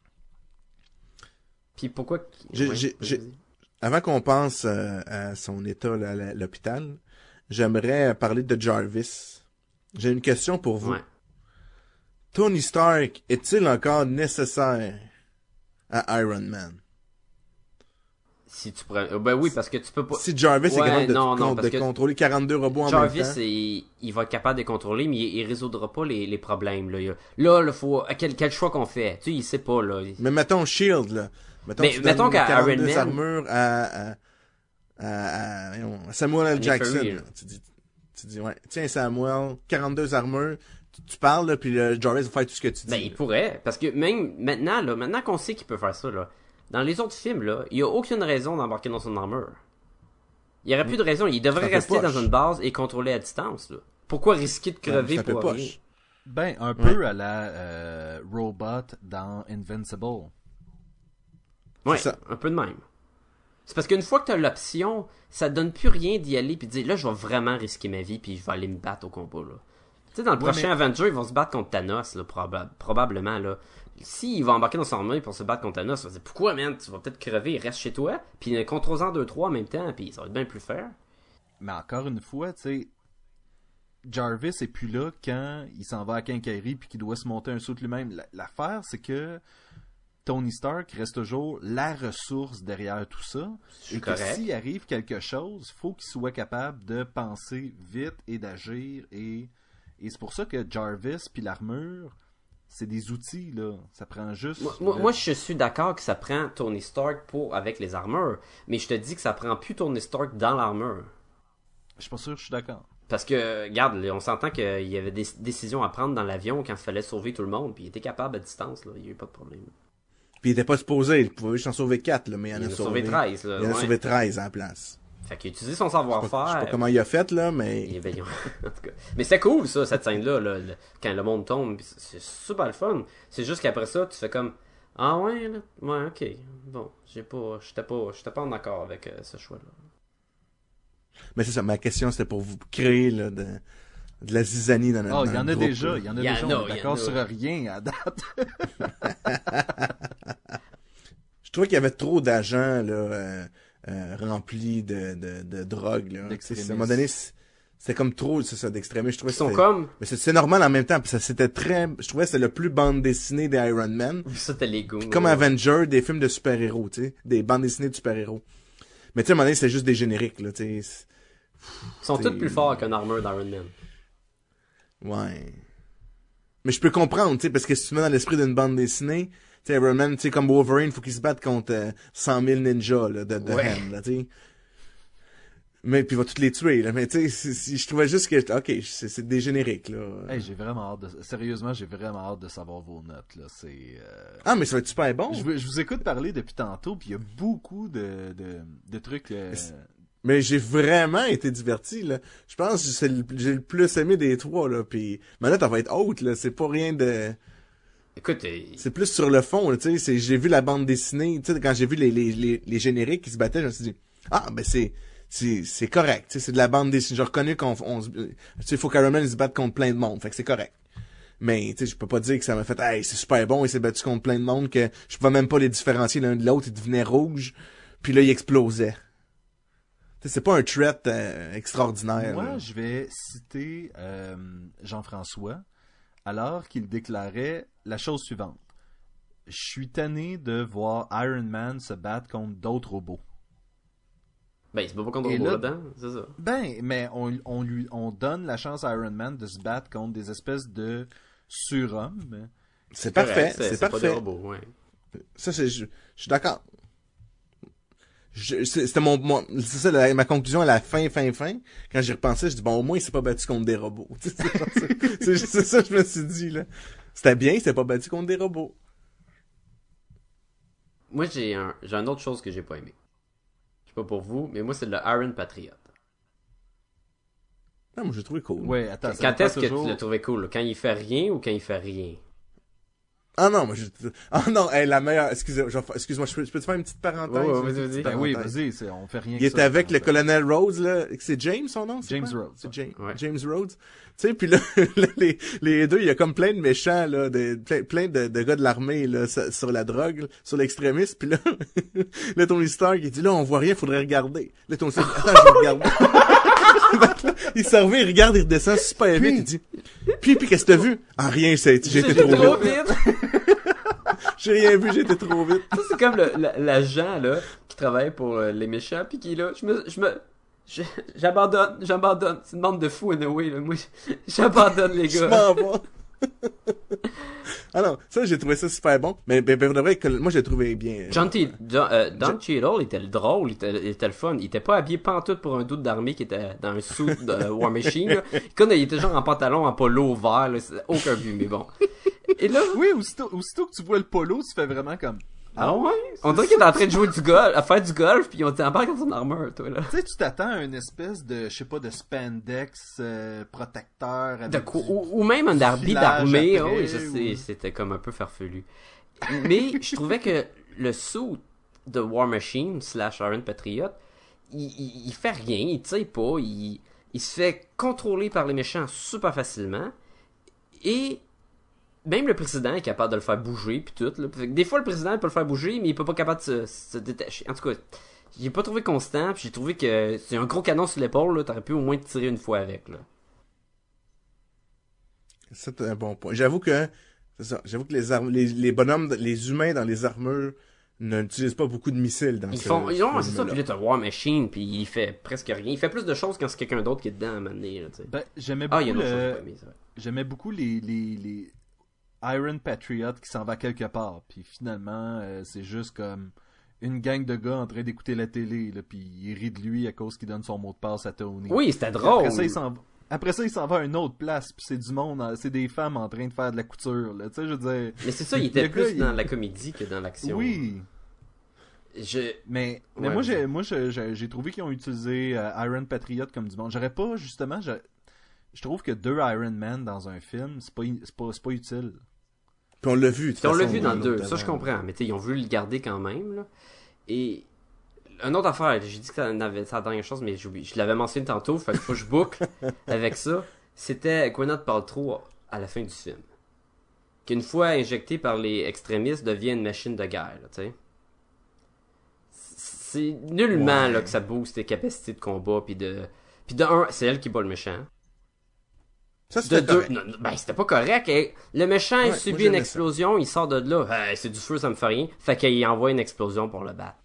Puis pourquoi qu'il- J'ai- ouais, j'ai- j'ai- vas-y. Avant qu'on pense euh, à son état là, à la- l'hôpital, j'aimerais parler de Jarvis. J'ai une question pour vous. Ouais. Tony Stark est-il encore nécessaire à Iron Man? Si tu pourrais... euh, Ben oui, parce que tu peux pas... Si Jarvis Ouais, est capable de, non, con- non, parce de que contrôler quarante-deux robots en Jarvis, même temps, il, il va être capable de les contrôler, mais il, il résoudra pas les, les problèmes. Là, il y a- là, là faut... Quel, quel choix qu'on fait? Tu sais, il sait pas, là. mais mettons Shield, là. Mettons, Mais tu mettons donnes qu'à quarante-deux Iron Man- armures à, à, à, à- voyons, à Samuel L. Nick Jackson. Fury, là. là. Tu dis, tu dis, ouais, tiens Samuel, quarante-deux armures, tu, tu parles, là, puis le Jarvis va faire tout ce que tu dis. Ben, il là. pourrait, parce que même maintenant, là, maintenant qu'on sait qu'il peut faire ça, là, dans les autres films, là, il y a aucune raison d'embarquer dans son armure. Il y aurait plus de raison. Il devrait Ça fait rester poche. dans une base et contrôler à distance, là. Pourquoi risquer de crever Ça fait pour rien? poche. Ben, un peu à la euh, Robot dans Invincible. Ouais, C'est ça. un peu de même. C'est parce qu'une fois que t'as l'option, ça te donne plus rien d'y aller puis de dire là je vais vraiment risquer ma vie puis je vais aller me battre au combat là. Tu sais dans le Ouais, prochain Avenger, ils vont se battre contre Thanos là, proba- probablement là. S'il va embarquer dans son armure pour se battre contre Thanos, on va dire pourquoi man, tu vas peut-être crever, reste chez toi, puis contrôle-en deux trois en même temps puis ça va être bien plus fair. Mais encore une fois, tu sais, Jarvis est plus là quand il s'en va à Quincaillerie puis qu'il doit se monter un saut de lui-même. La- L'affaire, c'est que Tony Stark reste toujours la ressource derrière tout ça. C'est Et que correct. s'il arrive quelque chose, faut qu'il soit capable de penser vite et d'agir. Et, et c'est pour ça que Jarvis puis l'armure, c'est des outils, là. Ça prend juste... Moi, moi, le- moi, je suis d'accord que ça prend Tony Stark pour avec les armures, mais je te dis que ça prend plus Tony Stark dans l'armure. Je suis pas sûr que je suis d'accord. Parce que, regarde, on s'entend qu'il y avait des décisions à prendre dans l'avion quand il fallait sauver tout le monde, puis il était capable à distance, là, il n'y a eu pas de problème. Puis il était pas supposé, il pouvait juste en sauver quatre, là, mais il en Il a, en a sauvé sauvé treize, là, Il en a ouais. sauvé treize à la place. Fait qu'il a utilisé son Je sais pas, je savoir-faire. sais pas comment il a fait, là, mais... Et ben, ils ont- en tout cas. Mais c'est cool, ça, cette scène-là, là, le- quand le monde tombe. pis C'est c'est super le fun. C'est juste qu'après ça, tu fais comme ah ouais, là? Ouais, ok. Bon, j'ai pas. J'étais pas. J'étais pas en accord avec euh, ce choix-là. Mais c'est ça, ma question, c'était pour vous créer, là, de, de la zizanie dans notre Oh, dans il y en notre a groupe, déjà, là. il y en a Il y en déjà. a, On est il y en d'accord a. sur rien à date. Je trouvais qu'il y avait trop d'agents, là, euh, euh, remplis de, de, de drogue, là. Tu sais, à un moment donné, c'est- c'était comme trop, c'est ça, d'extrémistes. Je trouvais Ils que sont c'était- comme. Mais c'est c'est normal en même temps, puis ça c'était très... Je trouvais que c'était le plus bande dessinée des Iron Man. Ça, t'as les goûts. Comme Avenger, des films de super-héros, tu sais. Des bandes dessinées de super-héros. Mais tu sais, à un moment donné, c'est juste des génériques, là, tu sais. Ils sont t'es- tous plus forts qu'un armure d'Iron Man. Ouais. Mais je peux comprendre, tu sais, parce que si tu mets dans l'esprit d'une bande dessinée, tu sais, Iron Man, tu sais, comme Wolverine, faut qu'il se batte contre euh, cent mille ninjas, là, de, de Ouais. hand, là, tu sais. Mais, puis il va tous les tuer, là. Mais tu sais, si- si- je trouvais juste que, ok, c'est c'est des génériques, là. Hey, j'ai vraiment hâte de... Sérieusement, j'ai vraiment hâte de savoir vos notes, là. C'est... euh, Ah, mais ça va être super bon. Je, vous- je vous écoute parler depuis tantôt, puis il y a beaucoup de, de, de trucs... euh, Mais j'ai vraiment été diverti, là. Je pense que c'est le- j'ai le plus aimé des trois, là. Puis ma note, elle va être haute, là. C'est pas rien de... Écoute, euh, C'est plus sur le fond, là, tu sais. c'est- J'ai vu la bande dessinée, tu sais, quand j'ai vu les, les, les, les génériques qui se battaient, je me suis dit, ah, ben c'est... C'est, c'est correct, tu sais, c'est de la bande dessinée. J'ai reconnu qu'on on, se- tu sais, faut qu'Iron Man se batte contre plein de monde, fait que c'est correct. Mais, tu sais, je peux pas dire que ça m'a fait, hey, c'est super bon, il s'est battu contre plein de monde, que je pouvais même pas les différencier l'un de l'autre, il devenait rouge, puis là, il explosait. Tu sais, c'est pas un threat euh, extraordinaire. Moi, là. je vais citer euh, Jean-François, alors qu'il déclarait la chose suivante. Je suis tanné de voir Iron Man se battre contre d'autres robots. ben, c'est pas contre Et robot là- là-dedans, c'est ça. Ben, mais on, on lui on donne la chance à Iron Man de se battre contre des espèces de surhommes. C'est parfait, Correct, c'est pas des parfait. robots, ouais. Ça, c'est, je, je suis d'accord. Je- c'est- C'était mon, mon c'est ça la- ma conclusion à la fin, fin, fin. Quand j'y repensais, je dis bon, au moins il s'est pas battu contre des robots. Tu sais, c'est, genre ça. c'est, c'est ça que je me suis dit là. C'était bien, il s'est pas battu contre des robots. Moi, j'ai un, j'ai une autre chose que j'ai pas aimé. Je sais pas pour vous, mais moi, c'est le Iron Patriot. Non, moi j'ai trouvé cool. Ouais, attends, ça Quand dépend est-ce que toujours- tu l'as trouvé cool? Là? Quand il fait rien ou quand il fait rien? Ah non, moi je, ah non, hey, la meilleure. Excusez, je vais fa- excuse-moi, je peux, je peux te faire une petite parenthèse. Ouais, ouais, une vas-y, petite vas-y. Ben oui, parenthèse. vas-y, c'est- on fait rien Il que était ça, avec le en fait. colonel Rhodes, là. C'est James, son nom? c'est James quoi? Rhodes, C'est ouais. James, Ouais. James Rhodes. Tu sais, puis là, là, les, les deux, il y a comme plein de méchants, là, de, plein, plein de, de gars de l'armée, là, sur sur la drogue, là, sur l'extrémisme. Puis là, là, Tony Stark, il dit, là, on voit rien, faudrait regarder. Là, Tony Stark, attends, je vais regarder. Fait que là, il s'en revient, il regarde, il redescend super vite, il dit, puis, puis, qu'est-ce que t'as vu? Ah, rien, c'est, j'ai été trop vite. J'ai rien vu, j'ai été trop vite. Ça, c'est comme le- la- l'agent, là, qui travaille pour euh, les méchants, puis qui est là, je me, je me, je- j'abandonne, j'abandonne. C'est une bande de fous, anyway, là. Moi, j'abandonne, les Je gars. m'en vais. Ah non, ça, j'ai trouvé ça super bon. Mais, ben, ben, pour de vrai, que- moi, j'ai trouvé bien. John T. Don, euh, Don Cheadle, il était le drôle, il était, il était le fun. Il était pas habillé pantoute pour un doute d'armée qui était dans un suit de War Machine, là. Comme il était genre en pantalon, en polo vert, là. C'est aucun but, mais bon. Et là, Oui, aussitôt, aussitôt que tu vois le polo, tu fais vraiment comme... ah ouais? On dirait qu'il est en train de jouer du golf, à faire du golf, pis on t'embarque dans son armure, toi, là. Tu sais, tu t'attends à une espèce de, je sais pas, de spandex euh, protecteur avec De quoi- du- ou, ou même un habit filage d'armée, après, oh, oui, je sais, ou- c'était comme un peu farfelu. Mais je trouvais que le suit de War Machine slash Iron Patriot, il, il, il fait rien, il tire pas, il, il se fait contrôler par les méchants super facilement, et même le président est capable de le faire bouger puis tout. Là. Fait que des fois le président il peut le faire bouger, mais il est pas capable de se, se détacher. En tout cas, j'ai pas trouvé constant, puis j'ai trouvé que c'est un gros canon sur l'épaule, là, t'aurais pu au moins te tirer une fois avec, là. C'est un bon point. J'avoue que C'est ça. J'avoue que les, armes, les, les bonhommes, les humains dans les armures n'utilisent pas beaucoup de missiles dans Ils ce font, ils ont, c'est ça, film-là. puis là, t'as War Machine, puis il fait presque rien. Il fait plus de choses quand c'est quelqu'un d'autre qui est dedans à un moment donné, là, tu sais. Ben, j'aimais Ah, beaucoup, il y a une autre chose que j'ai le... pas aimé, c'est vrai. j'aimais beaucoup les, les, les Iron Patriot qui s'en va quelque part. Puis finalement, euh, c'est juste comme une gang de gars en train d'écouter la télé, là, puis il rit de lui à cause qu'il donne son mot de passe à Tony. Oui, c'était Puis drôle. Après ça, il s'en va... Après ça, il s'en va à une autre place, puis c'est du monde, en- c'est des femmes en train de faire de la couture, là. Tu sais, je veux dire... Mais c'est ça, il était Le plus gars, il- dans la comédie que dans l'action. Oui, Je... mais, mais Ouais, moi, vas-y. j'ai, moi j'ai, j'ai, j'ai trouvé qu'ils ont utilisé euh, Iron Patriot comme du monde. J'aurais pas, justement, je, je trouve que deux Iron Man dans un film, c'est pas, c'est pas, c'est pas utile. Puis on l'a vu. de toute Puis on l'a façon, vu dans le deux, l'autre ça je avant. comprends, mais tu sais, ils ont voulu le garder quand même, là. Et, une autre affaire, j'ai dit que ça avait ça la dernière chose, mais j'oublie, je l'avais mentionné tantôt, fait qu'il faut que je boucle avec ça. C'était Gwyneth Paltrow à la fin du film. Qu'une fois injectée par les extrémistes, devient une machine de guerre, là, tu sais. C'est nullement, Ouais. là, que ça booste tes capacités de combat, puis de... Puis de un, c'est elle qui bat le méchant. Ça, De c'était deux, correct. non, non, ben c'était pas correct. hein. Le méchant, il Ouais, subit moi, une j'aimais explosion, il sort de là. Hey, c'est du feu, ça me fait rien. Fait qu'il envoie une explosion pour le battre.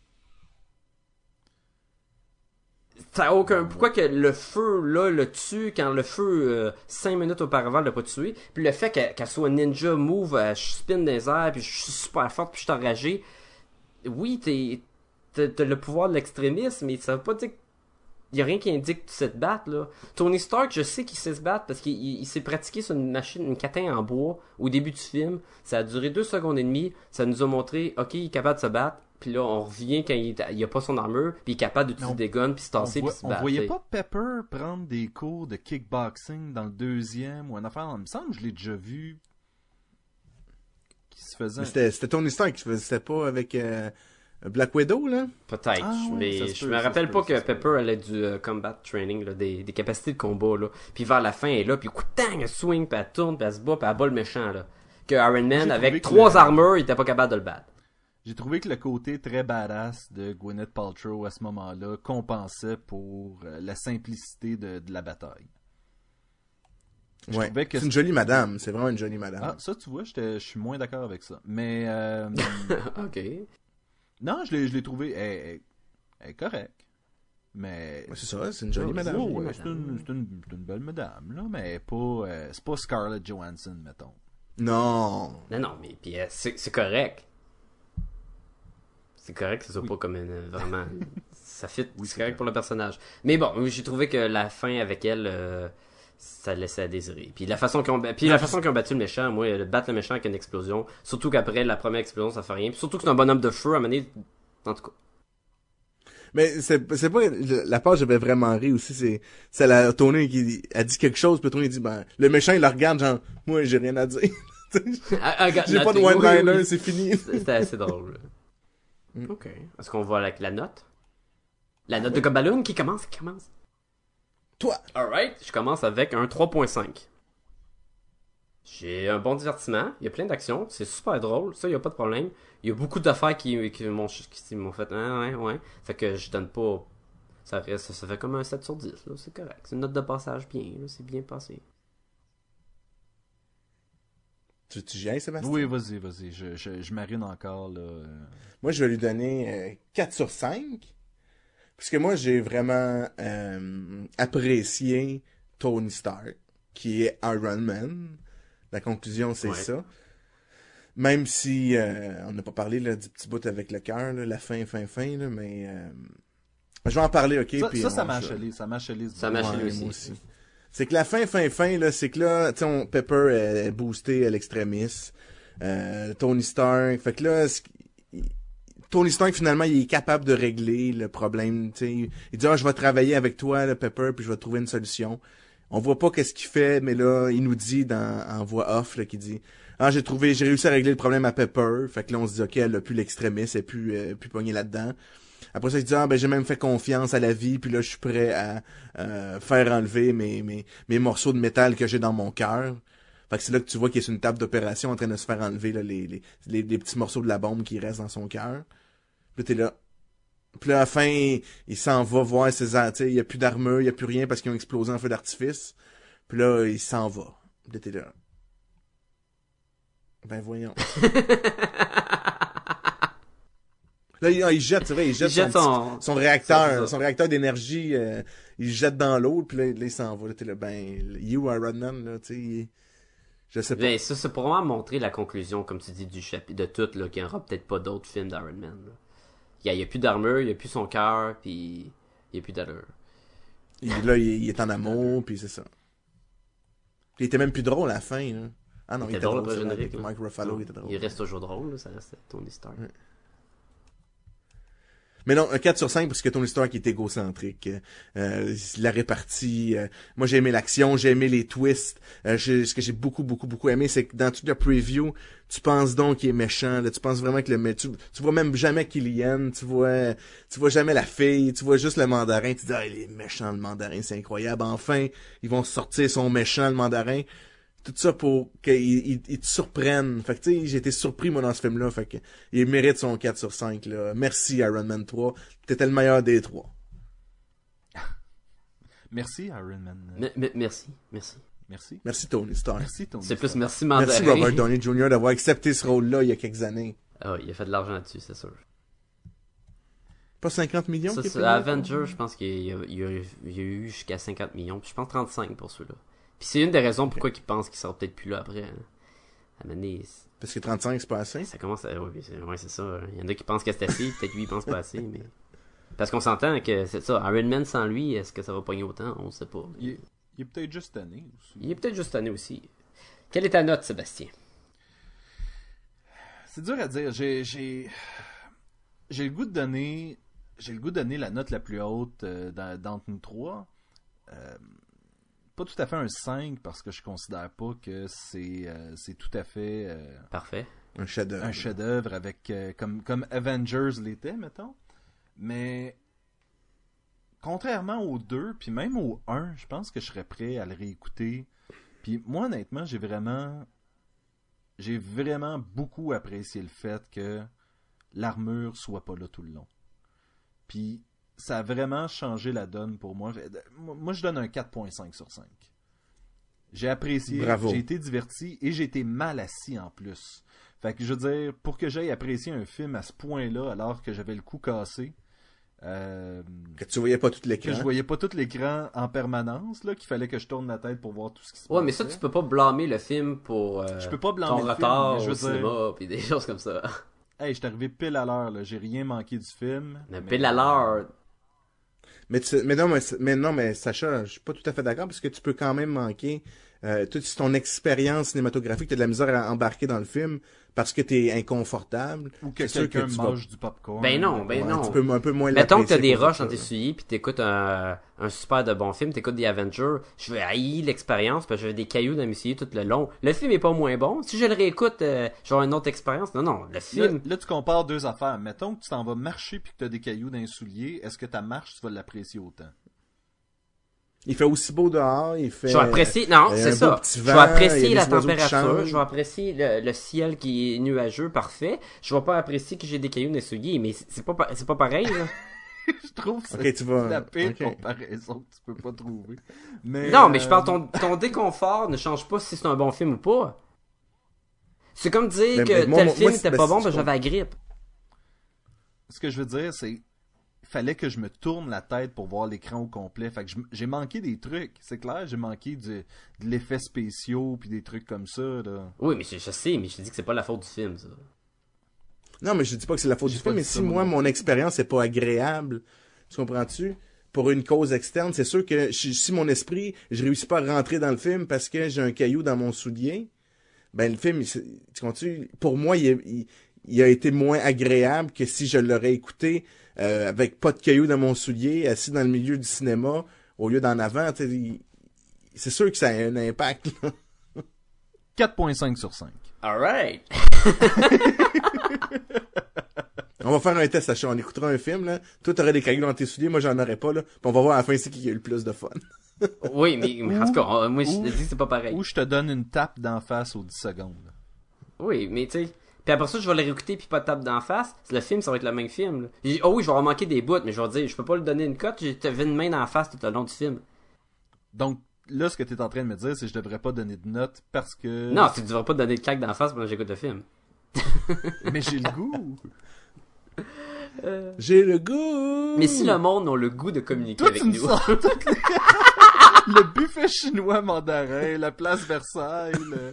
Ça a aucun. Pourquoi que le feu là le tue quand le feu euh, cinq minutes auparavant l'a pas tué. Puis le fait qu'elle, qu'elle soit ninja move, euh, je spin dans les airs, puis je suis super forte, puis je suis enragé. Oui, t'es t'as, t'as le pouvoir de l'extrémisme, mais ça veut pas dire que y a rien qui indique que tu sais te battre, là. Tony Stark, je sais qu'il sait se battre parce qu'il il, il s'est pratiqué sur une machine, une catin en bois au début du film. Ça a duré deux secondes et demie. Ça nous a montré, ok, il est capable de se battre. Puis là, on revient quand il, il a pas son armure, puis il est capable d'utiliser Non. des guns, puis se On, tasser, voit- puis se on battre. voyait t'sais. pas Pepper prendre des cours de kickboxing dans le deuxième ou un affaire. Il me semble que je l'ai déjà vu. Qui se faisait. Mais C'était, c'était Tony Stark qui faisait, c'était pas avec euh, Black Widow, là? Peut-être, Ah ouais, mais ça se je peut, me ça rappelle se pas peut, ça que se peut. Pepper elle a du euh, combat training, là, des, des capacités de combat, là. Puis vers la fin, elle est là, puis coup, tang, elle swing, puis elle tourne, puis elle se bat, puis elle bat le méchant, là. Que Iron Man, J'ai trouvé avec que trois le- armures, il était pas capable de le battre. J'ai trouvé que le côté très badass de Gwyneth Paltrow à ce moment-là compensait pour euh, la simplicité de, de la bataille. Je Ouais. trouvais que C'est une jolie madame. C'est vraiment une jolie madame. Ah, ça, tu vois, j'étais- je suis moins d'accord avec ça. Mais, euh, Ok. non, je l'ai, je l'ai trouvé, elle, elle- elle est correcte. Mais, Ouais, c'est ça, c'est une jolie Ouais, madame. oh, jolie ouais, madame. c'est une, c'est une, c'est une belle madame, là, mais elle est pas, euh, c'est pas Scarlett Johansson, mettons. Non. Non, non, mais puis, euh, c'est, c'est correct. C'est correct que ce soit Oui. pas comme une, vraiment... ça fit, Oui, c'est c'est correct pour le personnage. Mais bon, j'ai trouvé que la fin avec elle, euh, ça laissait à désirer. Puis la façon qu'ils ont, puis la façon qu'ils ont battu le méchant, moi, le battre le méchant avec une explosion, surtout qu'après la première explosion, ça fait rien. Puis surtout que c'est un bonhomme de feu, à un moment donné, en tout cas. Mais c'est, c'est pas, la part j'avais vraiment ri aussi, c'est, c'est la Tony qui a dit quelque chose, puis Tony dit, ben, le méchant il la regarde, genre, moi j'ai rien à dire. Ah, ah, regarde, J'ai pas de nothing. Oui, one-liner, oui. c'est fini. C'était assez drôle. Mm. Ok. Est-ce qu'on va avec la note? La note de Gumballoon qui commence, qui commence. Toi! Alright, je commence avec un trois point cinq. J'ai un bon divertissement, il y a plein d'actions, c'est super drôle, ça, il y a pas de problème. Il y a beaucoup d'affaires qui, qui m'ont qui m'ont fait ah, ouais, ouais. Fait que je donne pas. Ça reste, ça fait comme un sept sur dix, là, c'est correct. C'est une note de passage bien, là, c'est bien passé. Tu, tu gères, Sébastien? Oui, vas-y, vas-y, je, je, je marine encore, là. euh. Moi, je vais lui donner euh, quatre sur cinq. Parce que moi, j'ai vraiment euh, apprécié Tony Stark, qui est Iron Man. La conclusion, c'est Ouais. ça. Même si euh, on n'a pas parlé là, du petit bout avec le cœur, là, la fin, fin, fin, là, mais euh, je vais en parler, ok? Ça, puis ça, ça on- m'a je- achelé, ça m'a achelé. Ça m'a achelé Ouais, aussi. moi aussi. C'est que la fin, fin, fin, là, c'est que là, tu sais, on- Pepper est boosté à l'extrémisme. Euh, Tony Stark, fait que là, c'est- il- Tony Stark, finalement, il est capable de régler le problème, tu sais. Il dit, ah, je vais travailler avec toi, là, Pepper, puis je vais trouver une solution. On voit pas qu'est-ce qu'il fait, mais là, il nous dit dans, en voix off, là, qu'il dit, ah, j'ai trouvé, j'ai réussi à régler le problème à Pepper. Fait que là, on se dit, ok, elle a plus l'extrémisme, elle est plus, euh, plus pognée là-dedans. Après ça, il dit, ah, ben, j'ai même fait confiance à la vie, puis là, je suis prêt à euh, faire enlever mes, mes, mes morceaux de métal que j'ai dans mon cœur. Fait que c'est là que tu vois qu'il est sur une table d'opération en train de se faire enlever, là, les, les, les, les petits morceaux de la bombe qui restent dans son cœur. Puis là, t'es là. Puis là, à la fin, il, il s'en va voir ses armes, tu sais, il y a plus d'armure, il y a plus rien parce qu'ils ont explosé en feu d'artifice. Puis là, il s'en va. Puis là, t'es là. Ben voyons. Là, il, il jette, c'est vrai, il jette, Il jette son, son- petit- son réacteur, son- son réacteur d'énergie, euh, il jette dans l'eau, puis là, là, il s'en va. Là, t'es là, ben, you Iron Man, là, tu sais, il- je sais pas. Ben, ça, c'est pour vraiment montrer la conclusion, comme tu dis, du chapitre, de tout, là, qu'il n'y aura peut-être pas d'autres films d'Iron Man, là. Il n'y a, a plus d'armure, il n'y a plus son cœur, puis il n'y a plus d'allure. Il- là, il, il est en amour, puis c'est ça. Puis il était même plus drôle à la fin, là. Ah non, il, Il était était drôle drôle, après c'est vrai, générique, avec là. Mike Ruffalo, Non, il était drôle. Il reste toujours drôle, là, ça reste Tony Stark. Ouais. Mais non, un quatre sur cinq parce que Tony Stark est égocentrique. Euh, il l'a réparti. Euh, moi, j'ai aimé l'action, j'ai aimé les twists. Euh, j'ai- ce que j'ai beaucoup, beaucoup, beaucoup aimé, c'est que dans toute la preview, tu penses donc qu'il est méchant. Là, tu penses vraiment que le mé- tu, tu vois même jamais Killian, tu vois, tu vois jamais la fille, tu vois juste le mandarin. Tu dis ah, il est méchant le mandarin, c'est incroyable. Enfin, ils vont sortir son méchant le mandarin. Tout ça pour qu'ils ils, ils te surprennent. Fait que tu sais, j'ai été surpris moi dans ce film-là. Fait que il mérite son quatre sur cinq là. Merci Iron Man trois. T'étais le meilleur des trois. Merci, Iron Man. Me- me- merci, merci. Merci. Merci Tony Stark. Merci, Tony. C'est plus Stark. merci Mandarin. Merci Robert Downey junior d'avoir accepté ce rôle-là il y a quelques années. Ah oui, il a fait de l'argent là-dessus, c'est sûr. Pas cinquante millions Ça, qui est c'est payé? Avenger, je pense qu'il y a, il y a- il y a eu jusqu'à cinquante millions, puis je pense trente-cinq pour ceux-là. Puis c'est une des raisons pourquoi ils pensent qu'ils sortent peut-être plus là après. Hein. À un moment donné, c'est- Parce que trente-cinq, c'est pas assez. ça commence à... Oui, c'est ouais, c'est ça. Il y en a qui pensent que c'est assez, peut-être lui, il pense pas assez, mais... Parce qu'on s'entend que c'est ça, Iron Man sans lui, est-ce que ça va pogner autant? On sait pas. Il est, il est peut-être juste tanné aussi. Il est peut-être juste tanné aussi. Quelle est ta note, Sébastien? C'est dur à dire. J'ai, j'ai, j'ai le goût de donner, j'ai le goût de donner la note la plus haute euh, dans- d'entre nous trois. Euh, pas tout à fait un cinq parce que je considère pas que c'est, euh, c'est tout à fait euh, Parfait. Un chef-d'œuvre. un chef-d'œuvre avec euh, comme comme Avengers l'était, mettons. Mais contrairement aux deux, puis même au un, je pense que je serais prêt à le réécouter. Puis moi, honnêtement, j'ai vraiment j'ai vraiment beaucoup apprécié le fait que l'armure soit pas là tout le long. Puis ça a vraiment changé la donne pour moi. Moi, je donne un quatre virgule cinq sur cinq. J'ai apprécié, Bravo. j'ai été diverti et j'ai été mal assis en plus. Fait que je veux dire, pour que j'aille apprécier un film à ce point-là, alors que j'avais le cou cassé, euh, Que tu voyais pas tout que l'écran. je voyais pas tout l'écran en permanence, là, qu'il fallait que je tourne la tête pour voir tout ce qui se passait. Ouais, mais ça, tu peux pas blâmer le film pour euh, Je peux pas blâmer ton le film, retard mais je au veux dire- cinéma, pis des choses comme ça. Hey, je suis arrivé pile à l'heure, là. J'ai rien manqué du film. Mais mais- pile à l'heure, Mais, tu- mais non, mais, mais non, mais Sacha, je suis pas tout à fait d'accord parce que tu peux quand même manquer euh, toute ton expérience cinématographique, t'as de la misère à embarquer dans le film parce que t'es inconfortable. Ou que C'est sûr quelqu'un que tu vas- mange du popcorn. Ben non, ben Ouais, non. tu peux un peu moins mettons que t'as l'apprécier des à cause de roches ça, dans tes là. souliers, pis t'écoutes un, un super de bon film, t'écoutes The Avengers, je vais haïr l'expérience, parce que j'avais des cailloux dans mes souliers tout le long. Le film est pas moins bon. Si je le réécoute, euh, je vais avoir une autre expérience. Non, non, le Là, film... là, tu compares deux affaires. Mettons que tu t'en vas marcher puis que t'as des cailloux dans les souliers. Est-ce que ta marche, tu vas l'apprécier autant? Il fait aussi beau dehors, il fait... Je vais apprécier, non, euh, c'est un ça. beau petit Je vent, vais apprécier il y a la des oiseaux qui température, chantent. je vais apprécier le, le ciel qui est nuageux, parfait. Je vais pas apprécier que j'ai des cailloux dans les souliers, mais c'est c'est pas, pa- c'est pas pareil, là. Je trouve que Ok, c'est tu vas- la pire ok. comparaison que tu peux pas trouver. Mais, Non, mais je euh, parle, ton, ton déconfort ne change pas si c'est un bon film ou pas. C'est comme dire Mais- que mais moi, tel moi, film moi, était c'est- pas ben, bon c'est- parce que j'avais la grippe. Ce que je veux dire, c'est il fallait que je me tourne la tête pour voir l'écran au complet. Fait que je- j'ai manqué des trucs. C'est clair, j'ai manqué du- de l'effet spéciaux puis des trucs comme ça, là. Oui, mais je, je sais, mais je te dis que c'est pas la faute du film, ça. Non, mais je dis pas que c'est la faute J'ai du pas film, mais dit ça, si moi moi, non mon expérience est pas agréable, tu comprends-tu? Pour une cause externe, c'est sûr que si si mon esprit, je réussis pas à rentrer dans le film parce que j'ai un caillou dans mon soulier, ben le film, il se- tu comprends-tu? Pour moi, il, est- il, il a été moins agréable que si je l'aurais écouté euh, avec pas de caillou dans mon soulier, assis dans le milieu du cinéma, au lieu d'en avant. Tu sais, il- c'est sûr que ça a un impact. là. quatre virgule cinq sur cinq. Alright! On va faire un test, Sacha. On écoutera un film, là. Toi, t'aurais des cailloux dans tes souliers, moi, j'en aurais pas, là. Puis on va voir à la fin c'est qui qui a eu le plus de fun. Oui, mais, mais en tout cas, on- moi je Ou- te dis que c'est pas pareil. Ou je te donne une tape d'en face aux dix secondes. Oui, mais tu sais. Puis après ça, je vais le réécouter puis pas de tape d'en face. Le film, ça va être le même film. Là. J'ai- Oh oui, je vais avoir manqué des bouts, mais je vais dire, je peux pas lui donner une cote, j'ai t'avais une main d'en face tout au long du film. Donc, là, ce que t'es en train de me dire, c'est que je devrais pas donner de notes parce que... Non, tu devrais pas te donner de claque dans la face pendant que j'écoute le film. Mais j'ai le goût. J'ai le goût! Mais si le monde a le goût de communiquer Toi, avec tu me nous... sors toutes les... le buffet chinois mandarin, la place Versailles, le...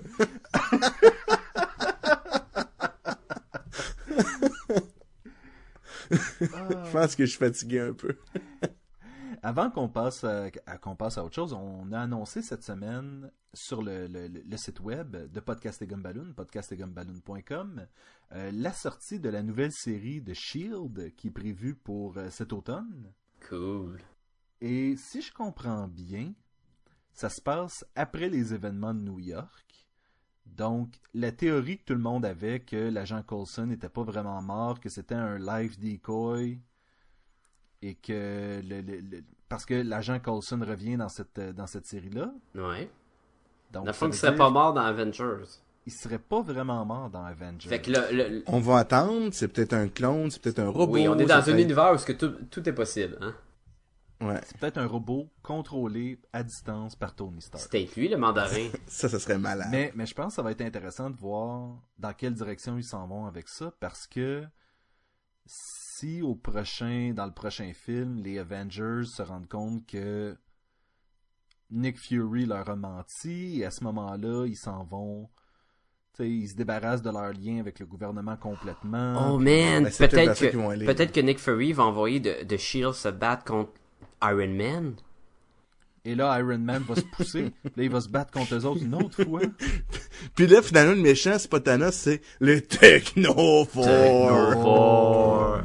Je pense que je suis fatigué un peu. Avant qu'on passe à, à- qu'on passe à autre chose, on a annoncé cette semaine sur le, le- le site web de Podcast et Gumballoon, podcast et gumballoon point com, euh, la sortie de la nouvelle série de Shield qui est prévue pour euh, cet automne. Cool. Et si je comprends bien, ça se passe après les événements de New York. Donc, la théorie que tout le monde avait que l'agent Coulson n'était pas vraiment mort, que c'était un live decoy, et que le, le- le- parce que l'agent Coulson revient dans cette dans cette série-là. Ouais. Donc, Dans le ça fond, veut il serait dire pas mort dans Avengers. Il serait pas vraiment mort dans Avengers. Fait que le... le- On va attendre, c'est peut-être un clone, c'est peut-être un robot. oui, on est dans c'est un peut-être- univers où ce que tout, tout est possible, hein. Ouais, C'est peut-être un robot contrôlé à distance par Tony Stark. C'est peut-être lui, le mandarin. ça, ça serait malade. Mais, mais je pense que ça va être intéressant de voir dans quelle direction ils s'en vont avec ça, parce que si au prochain, dans le prochain film, les Avengers se rendent compte que Nick Fury leur a menti, et à ce moment-là, ils s'en vont, tu sais, ils se débarrassent de leur lien avec le gouvernement complètement. Oh man, Ben, c'est peut-être peut-être vers ça que, qu'ils vont aller. peut-être que Nick Fury va envoyer de, de Shield se battre contre Iron Man. Et là, Iron Man va se pousser, là, il va se battre contre eux autres une autre fois. Puis là, finalement, le méchant, c'est pas Thanos, c'est le Technophore.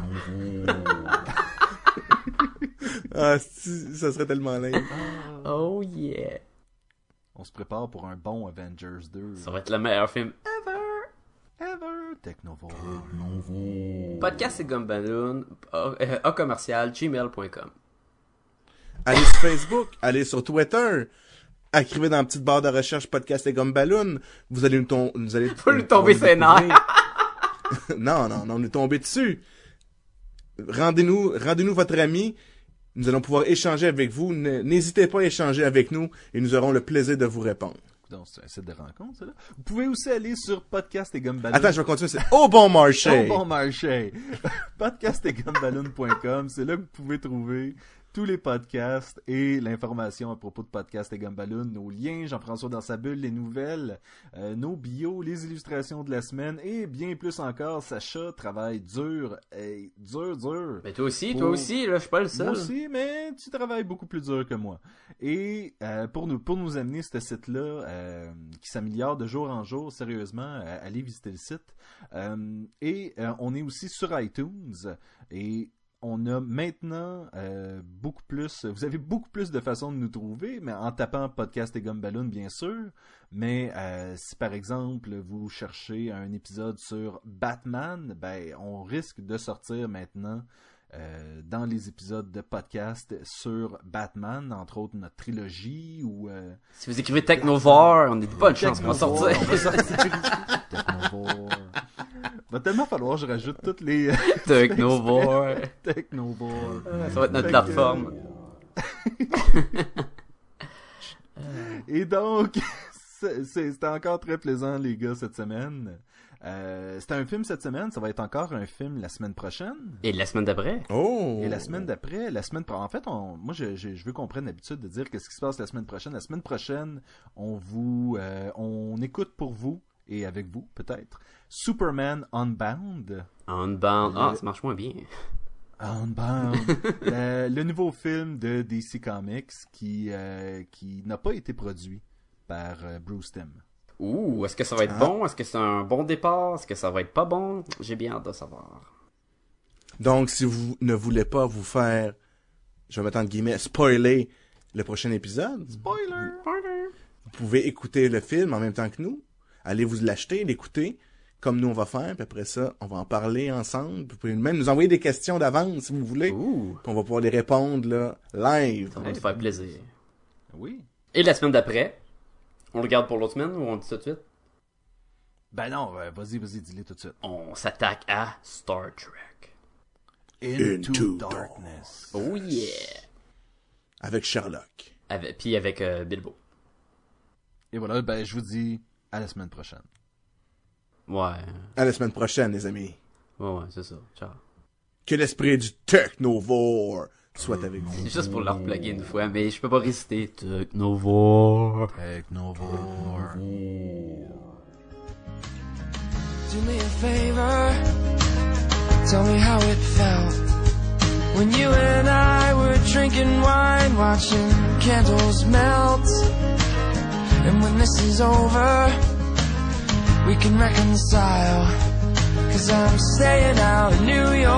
Ah, si, ça serait tellement lame. Oh yeah. On se prépare pour un bon Avengers deux. Ça va être le meilleur film. Ever Technovore. Podcast et Gumballoon, a, euh, a commercial, gmail point com. Allez sur Facebook, allez sur Twitter, écrivez dans la petite barre de recherche Podcast et Gumballoon. Vous allez nous, tom- vous allez Faut nous tomber nous ses nerfs. découvrir. Non, non, non, nous tomber dessus. Rendez-nous, rendez-nous votre ami. Nous allons pouvoir échanger avec vous. N- N'hésitez pas à échanger avec nous et nous aurons le plaisir de vous répondre. Donc, c'est un site de rencontre, ça, là. Vous pouvez aussi aller sur Podcast et Gumballoon. Attends, je vais continuer. C'est au bon marché. Au bon marché. podcast et gumballoon point com, c'est là que vous pouvez trouver tous les podcasts et l'information à propos de Podcast et Gumballoon, nos liens, Jean-François dans sa bulle, les nouvelles, euh, nos bios, les illustrations de la semaine et bien plus encore. Sacha travaille dur, et dur, dur. Mais toi aussi, Pour- toi aussi, là, je suis pas le seul. Moi aussi, mais tu travailles beaucoup plus dur que moi. Et euh, pour nous pour nous amener ce site-là, euh, qui s'améliore de jour en jour, sérieusement, euh, allez visiter le site. Euh, et euh, on est aussi sur iTunes. Et on a maintenant euh, beaucoup plus... Vous avez beaucoup plus de façons de nous trouver, mais en tapant Podcast et Gumballoon, bien sûr. Mais euh, si, par exemple, vous cherchez un épisode sur Batman, ben on risque de sortir maintenant euh, dans les épisodes de podcast sur Batman, entre autres notre trilogie ou... Euh, Si vous écrivez Technovore, on n'est pas de chance, on va Technovore, sortir. on va sortir. Technovore. Va tellement falloir que je rajoute toutes les... Technovore. Technovore. Ça va être notre Fait que- plateforme. Et donc, c'est- c'est- c'était encore très plaisant, les gars, cette semaine. Euh, c'était un film cette semaine, ça va être encore un film la semaine prochaine. Et la semaine d'après? Oh. Et la semaine d'après, la semaine pro- en fait, on, moi je, je, je veux qu'on prenne l'habitude de dire qu'est-ce qui se passe la semaine prochaine. La semaine prochaine, on vous, euh, on écoute pour vous et avec vous peut-être Superman Unbound. Unbound. Ah, ça marche moins bien. Unbound, le, le nouveau film de D C Comics qui euh, qui n'a pas été produit par euh, Bruce Timm. Ouh, est-ce que ça va être Ah. bon? Est-ce que c'est un bon départ? Est-ce que ça va être pas bon? J'ai bien hâte de savoir. Donc, si vous ne voulez pas vous faire, je vais mettre entre guillemets, spoiler le prochain épisode, Spoiler. vous pouvez écouter le film en même temps que nous. Allez vous l'acheter, l'écouter, comme nous on va faire, puis après ça, on va en parler ensemble. Vous pouvez même nous envoyer des questions d'avance si vous voulez, Ouh, puis on va pouvoir les répondre là, live. ça va nous faire plaisir. Oui. Et la semaine d'après? On le garde pour l'autre semaine ou on dit ça tout de suite? Ben non, euh, vas-y, vas-y, dis-le tout de suite. On s'attaque à Star Trek. Into, Into Darkness. Oh yeah! Avec Sherlock. Avec, puis avec euh, Bilbo. Et voilà, ben je vous dis à la semaine prochaine. Ouais. À la semaine prochaine, les amis. Ouais, ouais, c'est ça. Ciao. Que l'esprit du Technovore soit avec vous. C'est juste pour leur plugger une fois, mais je peux pas réciter Technovore. Technovore. Do me a favor, tell me how it felt when you and I were drinking wine, watching candles melt. And when this is over, we can reconcile, 'cause I'm staying out in New York.